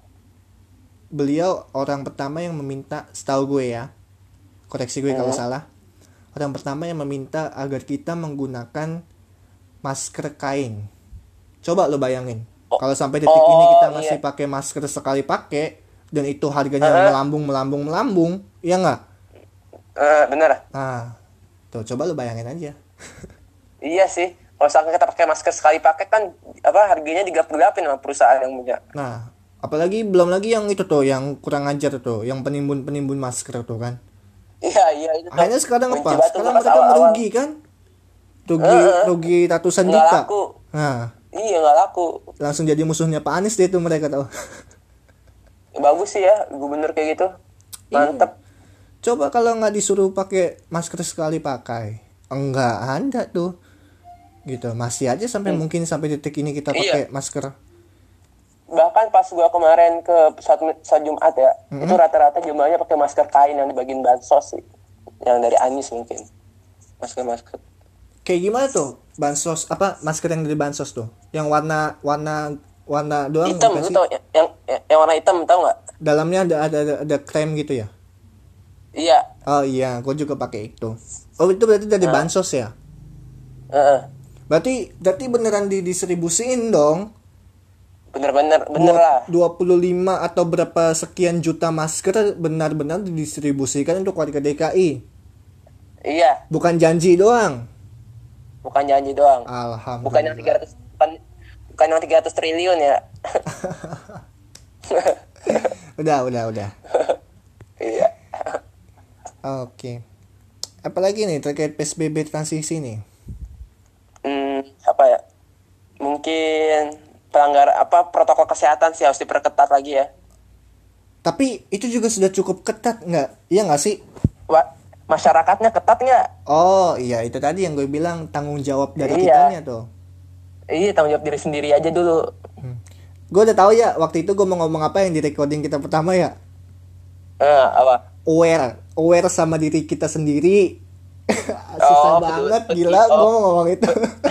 beliau orang pertama yang meminta, setahu gue ya, koreksi gue kalau salah, orang pertama yang meminta agar kita menggunakan masker kain. Coba lo bayangin, kalau sampai detik ini Oh, kita iya. masih pakai masker sekali pakai, dan itu harganya melambung melambung melambung, ya nggak? Eh, bener. Nah, tuh coba lo bayangin aja. Iya sih. Kalau misalkan kita pakai masker sekali pakai kan apa harganya digelap-gelapin sama perusahaan yang punya. Nah, apalagi belum lagi yang itu tuh, yang kurang ajar tuh, yang penimbun-penimbun masker tuh kan. Iya, iya itu. tuh. Akhirnya sekarang Kunci apa? batu Sekarang pas mereka awal-awal. merugi kan? Rugi, Heeh. rugi ratusan Nggak juta. laku. Nah, Iya, nggak laku. langsung jadi musuhnya Pak Anies deh tuh mereka tahu. Bagus sih ya gubernur kayak gitu. Mantep. Coba kalau nggak disuruh pakai masker sekali pakai, enggak ada tuh. Gitu, masih aja sampai mungkin sampai detik ini kita pakai Iya. masker. Bahkan pas gua kemarin ke saat, saat Jumat ya, itu rata-rata jumlahnya pakai masker kain yang dibagiin bansos sih. Yang dari Anies mungkin. Masker-masker. Kayak gimana tuh? Bansos apa masker yang dari bansos tuh? Yang warna warna warna doang Hitam, bukan lu sih? tau yang, yang, yang warna hitam tau nggak? Dalamnya ada ada ada, ada krem gitu ya? Iya. Oh iya, gue juga pakai itu. Oh itu berarti dari bansos ya? Heeh. Berarti berarti beneran didistribusiin dong. Bener-bener, bener lah. dua puluh lima atau berapa sekian juta masker benar-benar didistribusikan untuk warga D K I. Iya, Bukan janji doang. bukan janji doang. Alhamdulillah. Bukan yang tiga ratus bukan, bukan yang tiga ratus triliun ya. Udah, udah, udah. Iya. Oke. Apalagi nih terkait P S B B transisi nih? Hmm, apa ya? Mungkin pelanggar apa protokol kesehatan sih harus diperketat lagi ya. Tapi itu juga sudah cukup ketat nggak? Iya nggak sih? Wa- masyarakatnya ketat nggak? Oh iya, itu tadi yang gue bilang, tanggung jawab dari Iya, kitanya tuh. iya tanggung jawab diri sendiri aja dulu. Hmm. Gue udah tahu ya waktu itu gue mau ngomong apa yang di recording kita pertama ya. Eh, apa? Aware, aware sama diri kita sendiri. Susah Oh, betul. banget, gila gue Oh, mau ngomong itu.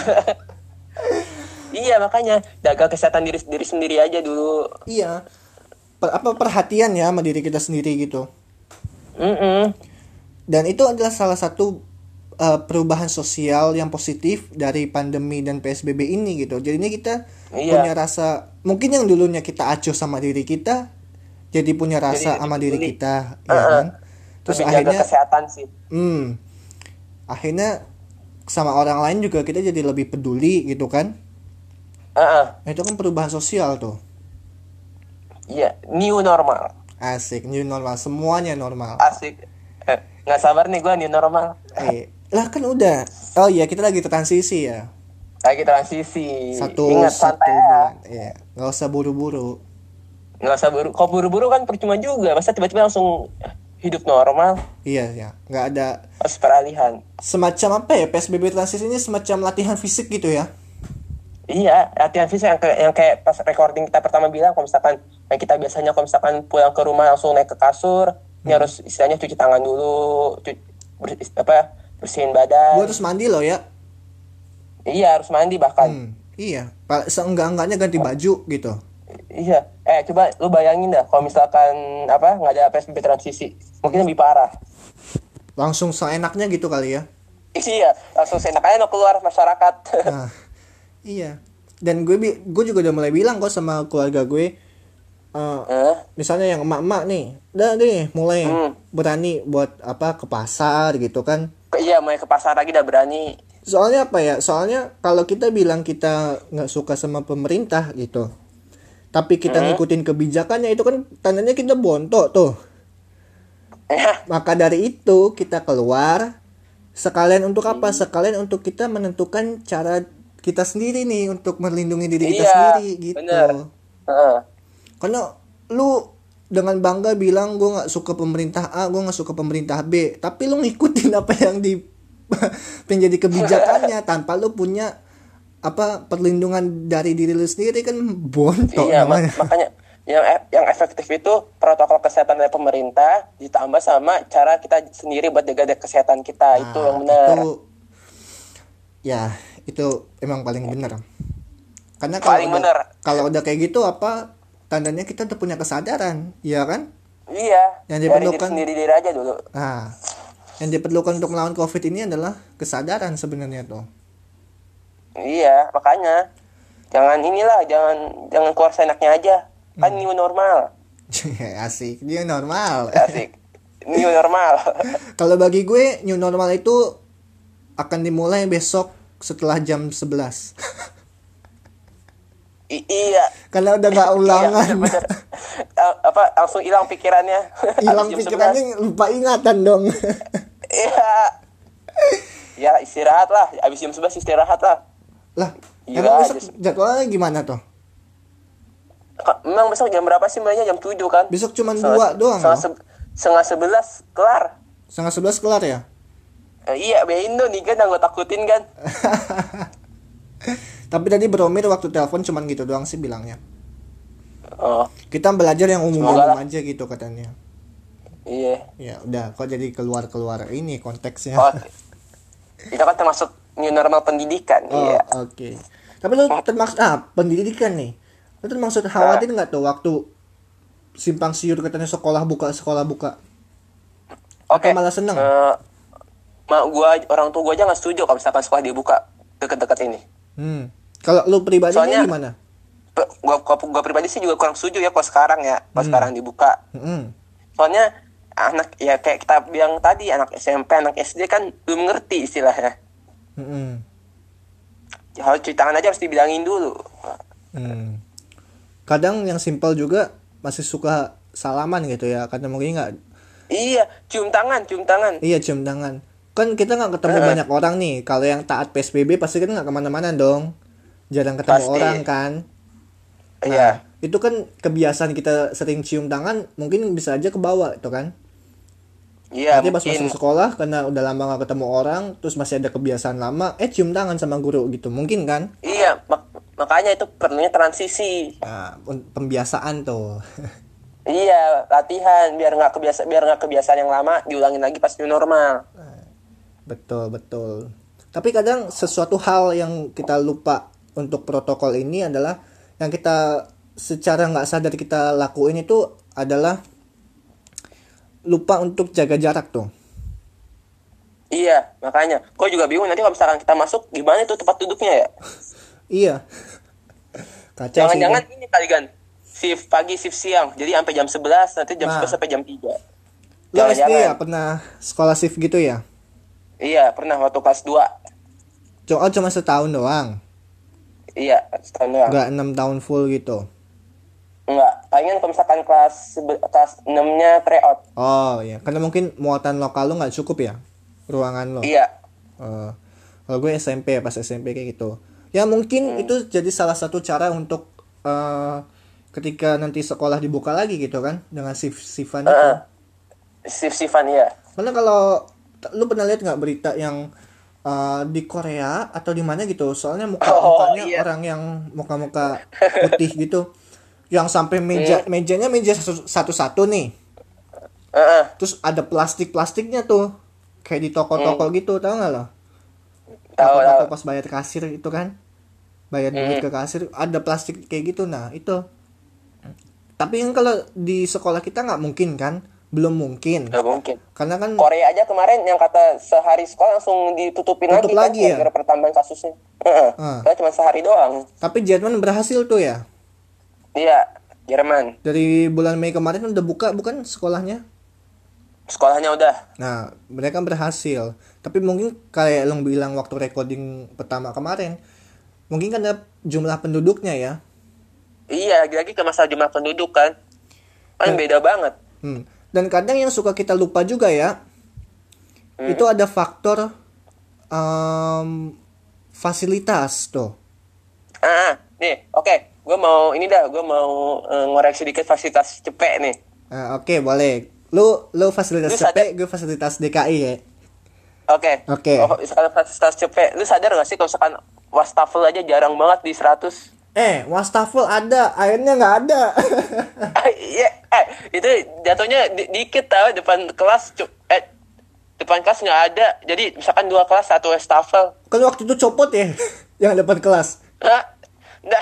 iya makanya jaga kesehatan diri diri sendiri aja dulu. Iya, per, apa perhatian ya sama diri kita sendiri gitu. Mm-mm. Dan itu adalah salah satu uh, perubahan sosial yang positif dari pandemi dan P S B B ini gitu. Jadinya kita Iya. punya rasa, mungkin yang dulunya kita acuh sama diri kita, jadi punya rasa Jadi sama diri peduli. kita, ya Uh-uh. kan? Terus Lebih jaga akhirnya, kesehatan sih. hmm, akhirnya sama orang lain juga kita jadi lebih peduli gitu kan? Uh-uh. Nah, itu kan perubahan sosial tuh. Iya, new normal. Asik, new normal, semuanya normal. Asik. Eh, nggak sabar nih gue new normal. Eh, lah kan udah. Oh iya, kita lagi transisi ya. Lagi transisi. Satu Ingat satu santai ya. bulan. Iya, nggak usah buru-buru. Nggak usah buru. Kalau buru-buru kan percuma juga. Masa tiba-tiba langsung hidup normal. Iya ya, nggak ada Harus peralihan. semacam apa ya, P S B B transisi ini semacam latihan fisik gitu ya. Iya, latihan fisik yang kayak, yang kayak pas recording kita pertama bilang, kalau misalkan yang kita biasanya kalau misalkan pulang ke rumah langsung naik ke kasur, ini Hmm. harus istilahnya cuci tangan dulu, cuci, ber- apa bersihin badan. Gue harus mandi loh ya. Iya, harus mandi bahkan. Hmm, iya, Pa- seenggak-enggaknya ganti baju gitu. Iya, eh coba lu bayangin dah kalau misalkan apa nggak ada P S B B transisi, mungkin lebih parah. Langsung seenaknya gitu kali ya. Iya, langsung seenaknya lo keluar masyarakat. Nah, iya. Dan gue bi- gue juga udah mulai bilang kok sama keluarga gue, eh, Eh, misalnya yang emak-emak nih, udah deh mulai Hmm. berani buat apa ke pasar gitu kan. ke- iya, mau ke pasar lagi udah berani. Soalnya apa ya? Soalnya kalau kita bilang kita nggak suka sama pemerintah gitu, tapi kita Hmm. ngikutin kebijakannya, itu kan tandanya kita bontok tuh. Ya, Maka dari itu kita keluar sekalian untuk apa? Sekalian untuk kita menentukan cara kita sendiri nih untuk melindungi diri kita iya, sendiri gitu. bener. Heeh. Karena lu dengan bangga bilang gue nggak suka pemerintah A, gue nggak suka pemerintah B, tapi lu ngikutin apa yang di menjadi kebijakannya tanpa lu punya apa perlindungan dari diri lu sendiri, kan bontok Iya, mak- namanya. makanya yang e- yang efektif itu protokol kesehatan dari pemerintah ditambah sama cara kita sendiri buat jaga kesehatan kita. Itu Nah, yang benar. itu ya itu emang paling benar. Karena kalau Paling udah, benar. kalau udah kayak gitu apa tandanya kita udah punya kesadaran, ya kan? Iya, Yang dari diri diperlukan- sendiri diri aja dulu. Nah, yang diperlukan untuk melawan COVID ini adalah kesadaran sebenarnya tuh. Iya, makanya jangan inilah, jangan jangan keluar seenaknya aja. Kan Hmm. new normal. Asik, dia normal. Asik. New normal. Kalau bagi gue new normal itu akan dimulai besok setelah jam sebelas. I- iya. Karena udah nggak ulangan. Iya, bener-bener. Eh, apa langsung hilang pikirannya. Hilang Habis jam pikirannya, lupa ingatan dong. sebelas. Iya. Ya istirahat lah. Habis jam sebelas istirahat lah. Lah, Gila emang aja besok sih. jadwalnya gimana tuh? Ka- Memang besok jam berapa sih mainnya? Jam tujuh kan? Besok cuma Setengah- dua doang Setengah, loh. se- setengah sebelas kelar. Setengah sebelas kelar ya? Eh, iya, bein tuh nih kan yang gue takutin kan. Tapi tadi Bromir waktu telepon cuman gitu doang sih bilangnya. Oh, Kita belajar yang Semoga umum-umum lah. aja gitu katanya. iya. Ya udah, kok jadi keluar-keluar ini konteksnya. Oh, itu kan termasuk new normal pendidikan. Oh, Iya. oke. Tapi lu termaksud ah pendidikan nih. Lu termaksud khawatir nggak tuh waktu simpang siur katanya sekolah buka sekolah buka? Oke. Atau malah seneng? Eh, mak gua orang tua gua aja nggak setuju kalau misalkan sekolah dibuka deket-deket ini. Hmm. Kalau lu pribadinya Soalnya- gimana? Pe- Gua, gua, gua pribadi sih juga kurang setuju ya kalau sekarang ya, kalau Hmm. sekarang dibuka. Hmm. Soalnya anak ya kayak kita bilang tadi, anak S M P, anak S D kan belum ngerti istilahnya. Hmm. Ya, harus cuci tangan aja harus dibilangin dulu. Hmm. Kadang yang simpel juga masih suka salaman gitu ya, karena mungkin nggak. Iya, cium tangan, cium tangan. Iya, cium tangan. Kan kita nggak ketemu Eh. banyak orang nih. Kalau yang taat P S B B pasti kan nggak kemana-mana dong. Jarang ketemu Pasti. orang kan. Nah, Iya. itu kan kebiasaan kita sering cium tangan, mungkin bisa aja ke bawah itu kan. Iya, Nanti pas mungkin. masuk sekolah karena udah lama gak ketemu orang, terus masih ada kebiasaan lama, eh cium tangan sama guru gitu, mungkin kan? Iya, mak- makanya itu perlunya transisi. Nah, un- pembiasaan tuh. Iya, latihan biar nggak kebiasa biar nggak kebiasaan yang lama diulangin lagi pas new normal. Betul, betul. Tapi kadang sesuatu hal yang kita lupa untuk protokol ini adalah yang kita secara nggak sadar kita lakuin itu adalah lupa untuk jaga jarak tuh. Iya, makanya. Kok juga bingung nanti kalau misalkan kita masuk gimana itu tempat duduknya ya? Iya. Kacau sih. Jangan-jangan ini kali kan. Shift pagi, shift siang. Jadi sampai jam sebelas, nanti jam Nah. sebelas sampai jam tiga. Lo S D Jangan-jangan. ya pernah sekolah shift gitu ya? Iya, pernah waktu kelas dua. Cuma oh, cuma setahun doang. Iya, setahun doang. Enggak enam tahun full gitu. Enggak. Palingan kalau misalkan kelas sebe- kelas enam-nya tryout. Oh iya, karena mungkin muatan lokal lo nggak cukup ya ruangan lo. Iya. Eh, kalau gue S M P pas S M P kayak gitu. Ya mungkin itu jadi salah satu cara untuk eh, ketika nanti sekolah dibuka lagi gitu kan dengan shift-shiftan itu. Heeh. Shift-shiftan ya. Karena kalau lu pernah lihat nggak berita yang eh, di Korea atau di mana gitu, soalnya muka Oh, mukanya iya. orang yang muka-muka putih gitu, yang sampai meja mejanya meja satu- satu-satu nih, Heeh. terus ada plastik-plastiknya tuh, kayak di toko-toko gitu, tau nggak lo? Tahu, Toko-toko tahu. pas bayar kasir itu kan, bayar duit ke kasir, ada plastik kayak gitu, nah itu. Tapi kan kalau di sekolah kita nggak mungkin kan, belum mungkin, Nggak mungkin. karena kan Korea aja kemarin yang kata sehari sekolah langsung ditutupin Tutup lagi, lagi kan ya? gara-gara pertambahan kasusnya. Heeh. Ah. Karena cuma sehari doang. tapi Jerman berhasil tuh ya. Iya, Jerman. Dari bulan Mei kemarin udah buka bukan sekolahnya? Sekolahnya udah. Nah, mereka berhasil. Tapi mungkin kayak lo bilang waktu recording pertama kemarin, mungkin karena jumlah penduduknya ya. Iya, lagi-lagi ke masalah jumlah penduduk kan. Kan Dan- beda banget. Hmm. Dan kadang yang suka kita lupa juga ya, itu ada faktor em, fasilitas tuh. Ah, nih, oke. Gue mau ini dah, gue mau eh, ngoreksi dikit fasilitas cepet nih. Nah, oke boleh. Lu lu fasilitas Lu C P, sadar- gue fasilitas D K I ya. Oke. Oke. Oh, misalkan fasilitas cepet, lu sadar gak sih kalau misalkan wastafel aja jarang banget di seratus? Eh, wastafel ada, airnya nggak ada. Ah, iya, eh itu jatuhnya di- dikit tau depan kelas cu- eh depan kelas nggak ada. Jadi misalkan dua kelas satu wastafel. Kan waktu itu copot ya, yang depan kelas. Hah? Nggak.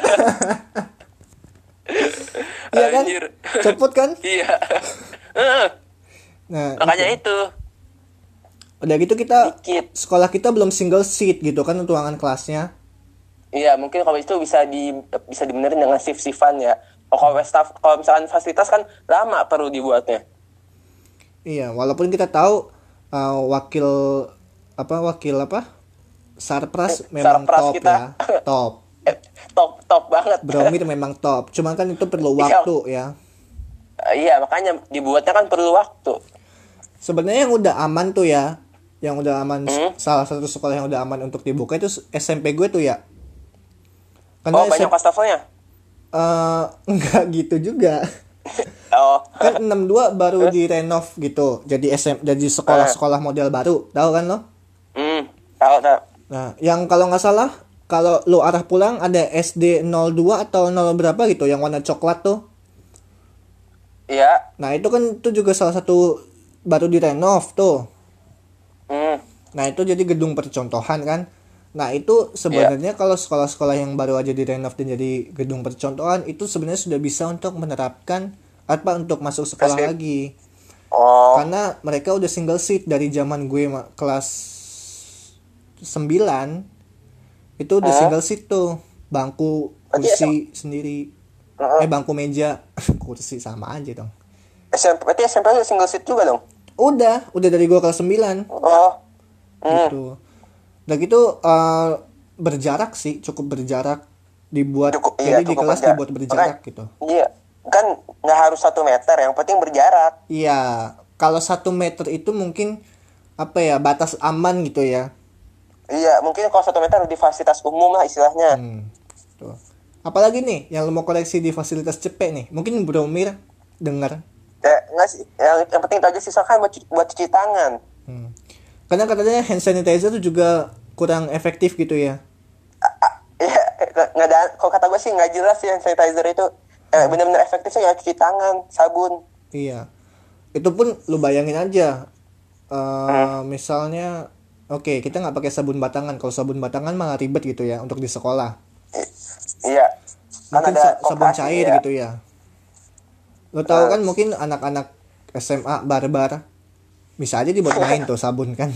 Iya kan? Anjir. Copot kan? Iya. Heeh. Nah, Makanya itu. itu Udah gitu kita dikit. sekolah kita belum single seat gitu kan ruangan kelasnya. Iya, mungkin kalau itu bisa di bisa dibenerin dengan shift-shiftan ya. Oh, kalau staff kalau misalkan fasilitas kan lama perlu dibuatnya. Iya, walaupun kita tahu uh, wakil apa wakil apa Sarpras Eh, memang Sarpras top kita. ya, top. Eh, top top banget. Bromir memang top. Cuman kan itu perlu Iya. waktu ya. Eh, iya, makanya dibuatnya kan perlu waktu. Sebenarnya yang udah aman tuh ya, yang udah aman Hmm? salah satu sekolah yang udah aman untuk dibuka itu S M P gue tuh ya. Karena Oh, banyak S M P wastafelnya. eh, enggak gitu juga. Oh. Kan enam dua baru direnov gitu. Jadi S M jadi sekolah-sekolah model baru. Tahu kan lo? Hmm, tahu tahu. Nah, yang kalau nggak salah kalau lu arah pulang ada S D nol dua atau nol berapa gitu yang warna coklat tuh. Iya. Nah, itu kan itu juga salah satu baru direnov tuh. Hmm. Nah, itu jadi gedung percontohan kan. Nah, itu sebenarnya kalau sekolah-sekolah yang baru aja direnov dan jadi gedung percontohan itu sebenarnya sudah bisa untuk menerapkan apa untuk masuk sekolah S D. lagi. Oh. Karena mereka udah single seat dari zaman gue ma- kelas sembilan itu udah Hah? single seat tuh, bangku Berarti kursi sendiri. Heeh. Eh bangku meja, kursi sama aja dong. S M P berarti S M P lu single seat juga dong? Udah, udah dari gue kelas sembilan Oh. Hmm. gitu. Dan gitu eh, berjarak sih, cukup berjarak dibuat Cukup- jadi iya, di cukup kelas berjarak. dibuat berjarak Oke. gitu. Iya. Kan nggak harus satu meter, yang penting berjarak. Iya, kalau satu meter itu mungkin apa ya batas aman gitu ya. Iya, mungkin kalau satu meter di fasilitas umum lah istilahnya. Hmm, tuh. Apalagi nih yang lo mau koleksi di fasilitas cepet nih? Mungkin Bromir dengar. Ya, nggak sih, yang, yang penting itu aja sih, soalnya kan buat, cu- buat cuci tangan. Hmm. Karena katanya hand sanitizer itu juga kurang efektif gitu ya. Iya, nggak ada. Kalau kata gue sih nggak jelas sih hand sanitizer itu. Eh, benar-benar efektifnya ya cuci tangan, sabun. Iya. Itu pun lu bayangin aja. Eh, Hmm. misalnya, oke kita nggak pakai sabun batangan. Kalau sabun batangan malah ribet gitu ya untuk di sekolah. I- Iya. Kan Mungkin ada sa- sabun koperasi cair ya. gitu ya. Lo tahu Eh, kan mungkin anak-anak S M A barbar bisa aja dibuat main tuh sabun kan.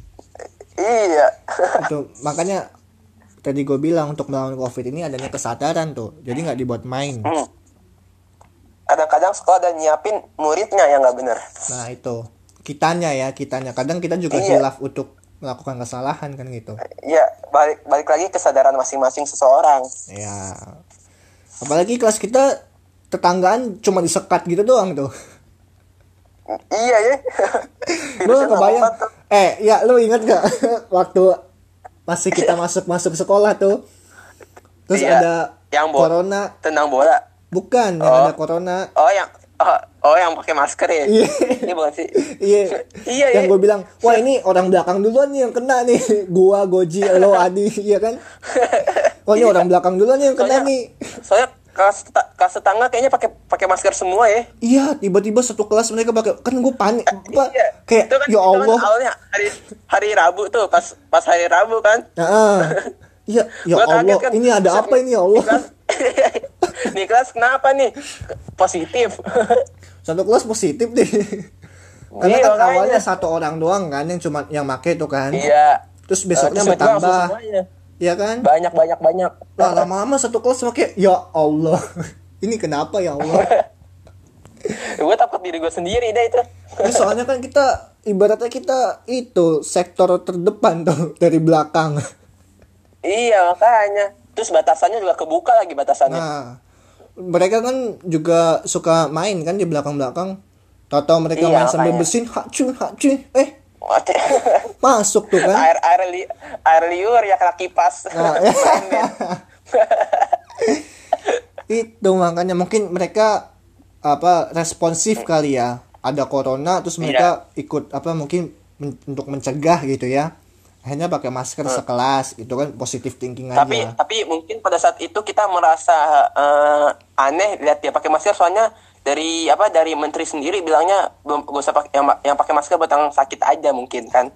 iya. Itu makanya tadi gue bilang untuk melawan COVID ini adanya kesadaran tuh. Jadi nggak dibuat main. Hmm. Kadang-kadang sekolah ada nyiapin muridnya yang nggak bener. Nah itu kitanya ya kitanya. Kadang kita juga Iya. hilaf untuk melakukan kesalahan kan gitu. Iya, balik balik lagi kesadaran masing-masing seseorang. Ya. Apalagi kelas kita tetanggaan cuma disekat gitu doang tuh. Iya ya. Lu Virusnya kebayang? lompat tuh. Eh, ya lu ingat gak waktu masih kita masuk-masuk sekolah tuh. Terus Iya. ada Yang bo- corona, Tendang bola. bukan yang Oh. ada corona. Oh yang oh, oh yang pakai masker ya? Iya. Iya bukan sih? Iya. Iya, Yang iya. gue bilang, wah ini orang belakang duluan nih yang kena nih. Gua, Goji, lo, Adi, iya kan? Wah ini Iya. orang belakang duluan nih yang kena Soalnya- nih. Soalnya kelas teta- kelas tetangga kayaknya pakai pakai masker semua ya. Iya, tiba-tiba satu kelas mereka pakai, kan gue panik, apa? Iya. Kayak Itu kan, ya itu kan Allah. awalnya hari hari Rabu tuh, pas pas hari Rabu kan. Heeh. Iya, ya Gua kaget Allah, kan. ini ada apa ini ya Allah? Niklas, Niklas kenapa nih? Positif. Satu kelas positif deh. Karena Iya, kan makanya. awalnya satu orang doang kan yang cuma yang make itu kan. Iya. Terus besoknya Eh, terus tiba-tiba langsung bertambah. semuanya. Iya kan? Banyak banyak banyak. Lah lama-lama satu kelas make, ya Allah. Ini kenapa ya Allah? Gue takut diri gue sendiri deh itu. Ini soalnya kan kita ibaratnya kita itu sektor terdepan tuh dari belakang. Iya makanya. Terus batasannya juga kebuka lagi batasannya. Nah, mereka kan juga suka main kan di belakang-belakang. Tahu-tahu mereka Iya, main sambil makanya. bersin, hacun, hacun. Eh, Mati. masuk tuh kan. air air li, air liur ya kena kipas. Nah, itu makanya mungkin mereka apa responsif kali ya, ada corona terus mereka ikut apa mungkin men- untuk mencegah gitu ya, akhirnya pakai masker sekelas gitu kan, positive thinking aja. tapi tapi mungkin pada saat itu kita merasa eh, aneh lihat dia pakai masker, soalnya dari apa dari menteri sendiri bilangnya belum gak usah pakai yang, yang pakai masker buat yang sakit aja mungkin kan.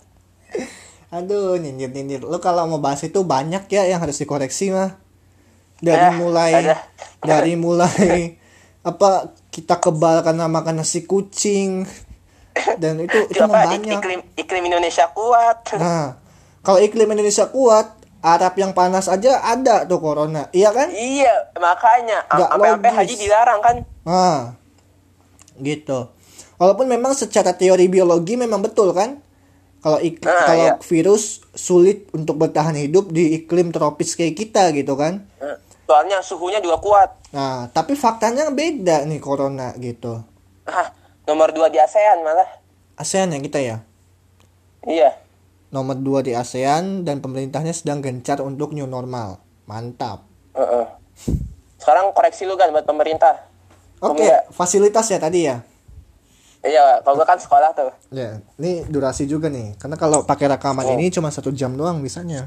Aduh, nyindir nyindir lu kalau mau bahas itu banyak ya yang harus dikoreksi mah, dari Eh, mulai ada. dari mulai apa kita kebal karena makan nasi kucing, dan itu itu Itu mah apa ik- banyak. iklim iklim Indonesia kuat. Nah, kalau iklim Indonesia kuat, Arab yang panas aja ada tuh corona, iya kan? Iya makanya Nggak sampai-sampai logis. haji dilarang kan. Nah, gitu. Walaupun memang secara teori biologi memang betul kan, kalau ik- Nah, kalau iya. virus sulit untuk bertahan hidup di iklim tropis kayak kita gitu kan. Soalnya suhunya juga kuat. Nah, tapi faktanya beda nih corona gitu. Hah, nomor dua di ASEAN malah. ASEAN yang kita ya. Iya. Nomor dua di ASEAN dan pemerintahnya sedang gencar untuk new normal. Mantap. Heeh. Sekarang koreksi lu kan buat pemerintah. Oke, Pemuda. fasilitas ya tadi ya. Iya, kalau gua kan sekolah tuh. Ya, ini durasi juga nih. Karena kalau pakai rekaman Oh. ini cuma satu jam doang bisanya.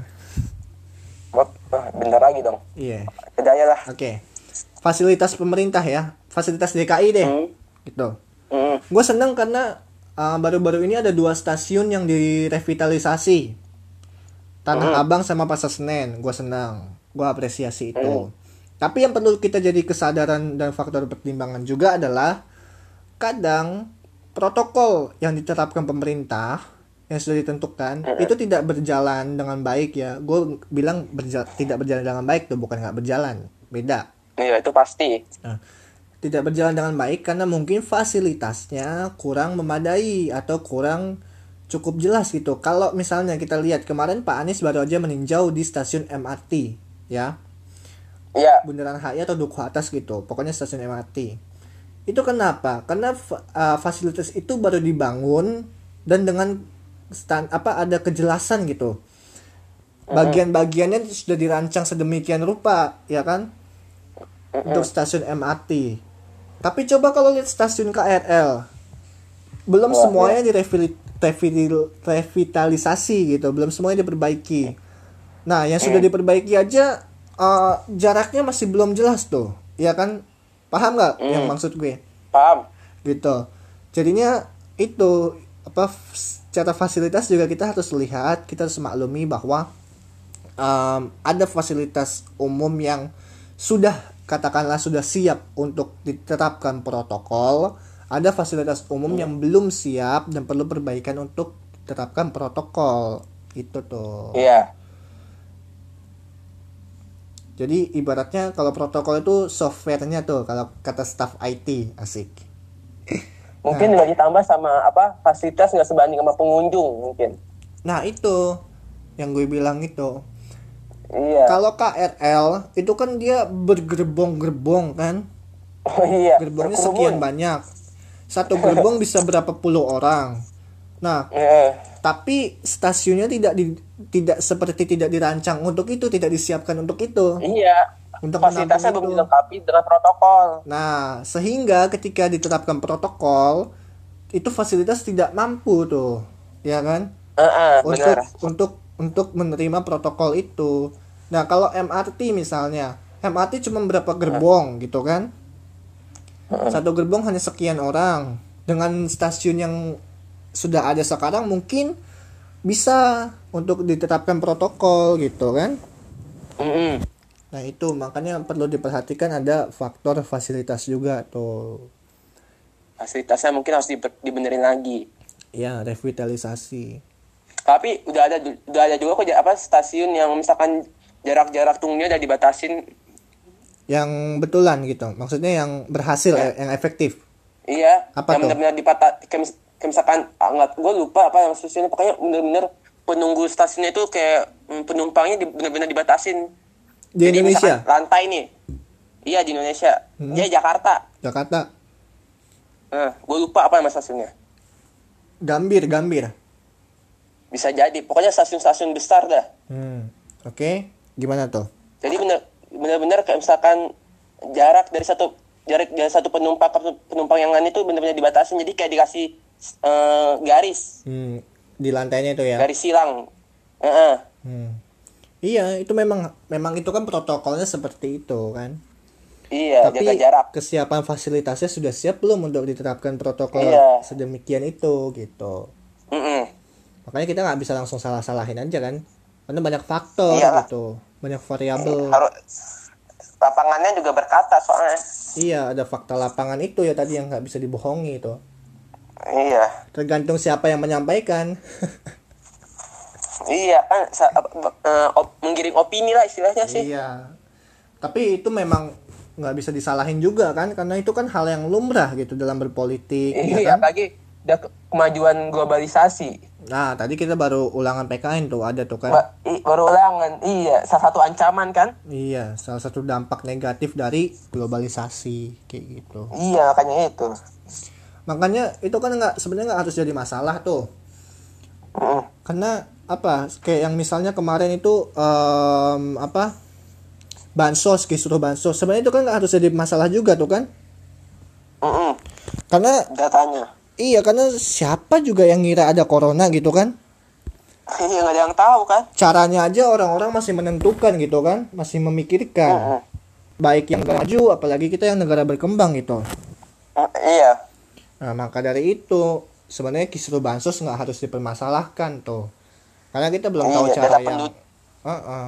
Wah, bentar lagi dong. Iya. Udah aja lah. Oke. Fasilitas pemerintah ya. Fasilitas D K I deh. Hmm. Gitu. Hmm. Gue seneng karena uh, baru-baru ini ada dua stasiun yang direvitalisasi. Tanah Abang sama Pasar Senen. Gue senang. Gue apresiasi itu. Tapi yang perlu kita jadi kesadaran dan faktor pertimbangan juga adalah kadang protokol yang diterapkan pemerintah yang sudah ditentukan itu tidak berjalan dengan baik ya. Gue bilang berja- tidak berjalan dengan baik tuh, bukan nggak berjalan, beda. Iya, itu pasti. Nah, tidak berjalan dengan baik karena mungkin fasilitasnya kurang memadai atau kurang cukup jelas gitu. Kalau misalnya kita lihat kemarin Pak Anies baru aja meninjau di stasiun M R T ya, Iya. Bundaran H I atau Duku Atas gitu, pokoknya stasiun M R T. Itu kenapa? Karena fa- uh, fasilitas itu baru dibangun dan dengan stand apa ada kejelasan gitu. Bagian-bagiannya sudah dirancang sedemikian rupa, ya kan? Untuk stasiun M R T. Tapi coba kalau lihat stasiun K R L, belum Wah, semuanya ya. direvitalisasi revitalisasi gitu, belum semuanya diperbaiki. Nah, yang sudah Hmm, diperbaiki aja eh, jaraknya masih belum jelas tuh, ya kan? Paham nggak yang hmm, maksud gue? paham. Gitu. Jadinya itu apa secara fasilitas juga kita harus lihat, kita harus maklumi bahwa em, ada fasilitas umum yang sudah katakanlah sudah siap untuk diterapkan protokol, ada fasilitas umum Hmm, yang belum siap dan perlu perbaikan untuk diterapkan protokol. Itu tuh. iya. Jadi ibaratnya kalau protokol itu softwarenya tuh kalau kata staff I T asik. Mungkin Nah, nggak ditambah sama apa fasilitas nggak sebanding sama pengunjung mungkin. nah itu yang gue bilang itu. Iya. Kalau K R L itu kan dia bergerbong-gerbong kan, Oh iya, gerbongnya sekian berkerumun. banyak. Satu gerbong bisa berapa puluh orang. Nah, Eh, tapi stasiunnya tidak di, tidak seperti tidak dirancang untuk itu, tidak disiapkan untuk itu, iya. untuk menampung Fasilitasnya belum itu. dilengkapi dengan protokol. Nah, sehingga ketika diterapkan protokol, itu fasilitas tidak mampu tuh, ya kan? Heeh, benar. Untuk untuk untuk menerima protokol itu. Nah, kalau M R T misalnya, M R T cuma berapa gerbong gitu kan? Heeh. Satu gerbong hanya sekian orang. Dengan stasiun yang sudah ada sekarang mungkin bisa untuk ditetapkan protokol gitu kan? Mm-mm. Nah, itu makanya perlu diperhatikan ada faktor fasilitas juga tuh. Fasilitasnya mungkin harus diber- dibenerin lagi. Ya, revitalisasi. Tapi udah ada udah ada juga kok ja- apa stasiun yang misalkan jarak-jarak tunggunya udah dibatasin. Yang betulan gitu. Maksudnya yang berhasil, Ya. eh, yang efektif. Iya, Apa yang tuh? benar-benar dipata kayak, mis- kayak misalkan ah, nggak, gue lupa apa yang stasiunnya pokoknya benar-benar penunggu stasiunnya itu kayak mm, penumpangnya di, benar-benar dibatasin. Di Jadi Indonesia, misalkan lantai nih, iya di Indonesia, Hmm. ya Jakarta. Jakarta, Nah, gue lupa apa nama stasiunnya. Gambir, Gambir. Bisa jadi, pokoknya stasiun-stasiun besar dah. Hmm. Oke, gimana tuh? Jadi bener bener-bener kayak misalkan jarak dari satu jarak dari satu penumpang ke penumpang yang lain itu benar-benar dibatasin. Jadi kayak dikasih eh, garis, Hmm. Di lantainya itu ya. garis silang. Heeh. Hmm. Iya, itu memang memang itu kan protokolnya seperti itu kan. Iya, jaga Tapi jarak. kesiapan fasilitasnya sudah siap belum untuk diterapkan protokol Iya. sedemikian itu gitu. Mm-mm. Makanya kita nggak bisa langsung salah-salahin aja kan. Karena banyak faktor Iyalah. gitu, banyak variabel. Harus lapangannya juga berkata soalnya. Iya, ada fakta lapangan itu ya tadi yang nggak bisa dibohongi itu. Iya. Tergantung siapa yang menyampaikan. Iya kan sa- apa- eh, op- menggiring opini lah istilahnya sih. Iya. Tapi itu memang nggak bisa disalahin juga kan, karena itu kan hal yang lumrah gitu dalam berpolitik, ya Iya, kan? apalagi udah ke- kemajuan globalisasi. Nah, tadi kita baru ulangan P K N tuh ada tuh kan. Ba- i- baru ulangan. Iya, salah satu ancaman kan? Iya, salah satu dampak negatif dari globalisasi kayak gitu. Iya, makanya itu. Makanya itu kan nggak sebenarnya nggak harus jadi masalah tuh. Mm. Karena apa? Kayak yang misalnya kemarin itu em, apa? Bansos, kisruh bansos. Sebenarnya itu kan nggak harus jadi masalah juga tuh kan? Mm-mm. Karena Datanya. iya, karena siapa juga yang ngira ada corona gitu kan? Iya, nggak ada yang tahu kan? Caranya aja orang-orang masih menentukan gitu kan, masih memikirkan. Mm-mm. Baik yang negara maju, apalagi kita yang negara berkembang gitu. Mm, iya. Nah, maka dari itu sebenarnya kisruh bansos nggak harus dipermasalahkan tuh, karena kita belum tahu Iya, cara data yang. penduduk. Uh-uh.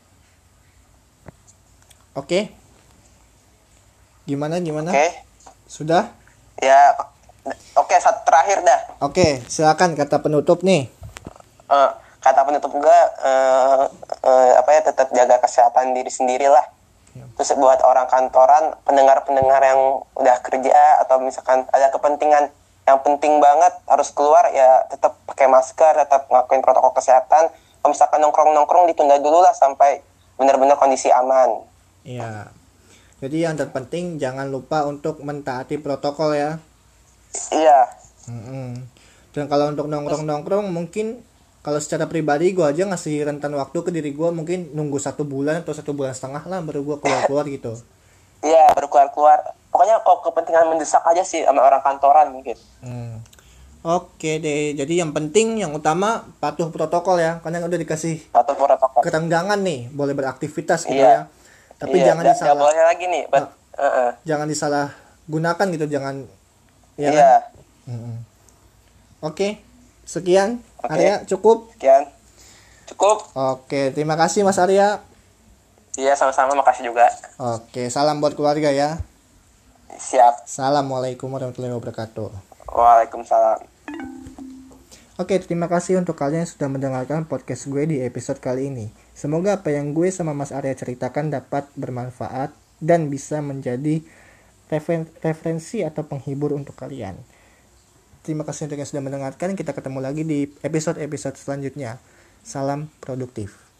Oke, gimana gimana? Oke. Sudah? Ya, oke, satu terakhir dah. Oke, silakan kata penutup nih. Eh, kata penutup gue, eh, eh, apa ya, tetap jaga kesehatan diri sendiri lah. Ya. Terus buat orang kantoran, pendengar-pendengar yang udah kerja atau misalkan ada kepentingan yang penting banget harus keluar, ya tetap pakai masker, tetap ngelakuin protokol kesehatan. Kalau misalkan nongkrong-nongkrong ditunda dulu lah sampai benar-benar kondisi aman. Iya. Jadi yang terpenting jangan lupa untuk mentaati protokol ya. Iya. Mm-mm. Dan kalau untuk nongkrong-nongkrong mungkin kalau secara pribadi gue aja ngasih rentan waktu ke diri gue mungkin nunggu satu bulan atau satu bulan setengah lah baru gue keluar-keluar gitu. Iya, baru keluar-keluar. Pokoknya kalau kepentingan mendesak aja sih sama orang kantoran mungkin. Hmm. Oke deh, jadi yang penting yang utama patuh protokol ya, karena udah dikasih Patuh protokol. kerenggangan nih, boleh beraktivitas gitu Iya. ya. Tapi Iya, jangan nggak nggak disalah, boleh lagi nih. ah, But, Heeh. jangan disalah gunakan gitu, jangan, ya kan? Iya. Mm-mm. Oke, sekian Oke. Arya, cukup. Sekian. Cukup. Oke, terima kasih Mas Arya. Iya, sama-sama. Makasih juga. Oke, salam buat keluarga ya. Siap. Assalamualaikum warahmatullahi wabarakatuh. Waalaikumsalam. Oke, terima kasih untuk kalian yang sudah mendengarkan podcast gue di episode kali ini. Semoga apa yang gue sama Mas Arya ceritakan dapat bermanfaat dan bisa menjadi referen- referensi atau penghibur untuk kalian. Terima kasih untuk yang sudah mendengarkan. Kita ketemu lagi di episode-episode selanjutnya. Salam produktif.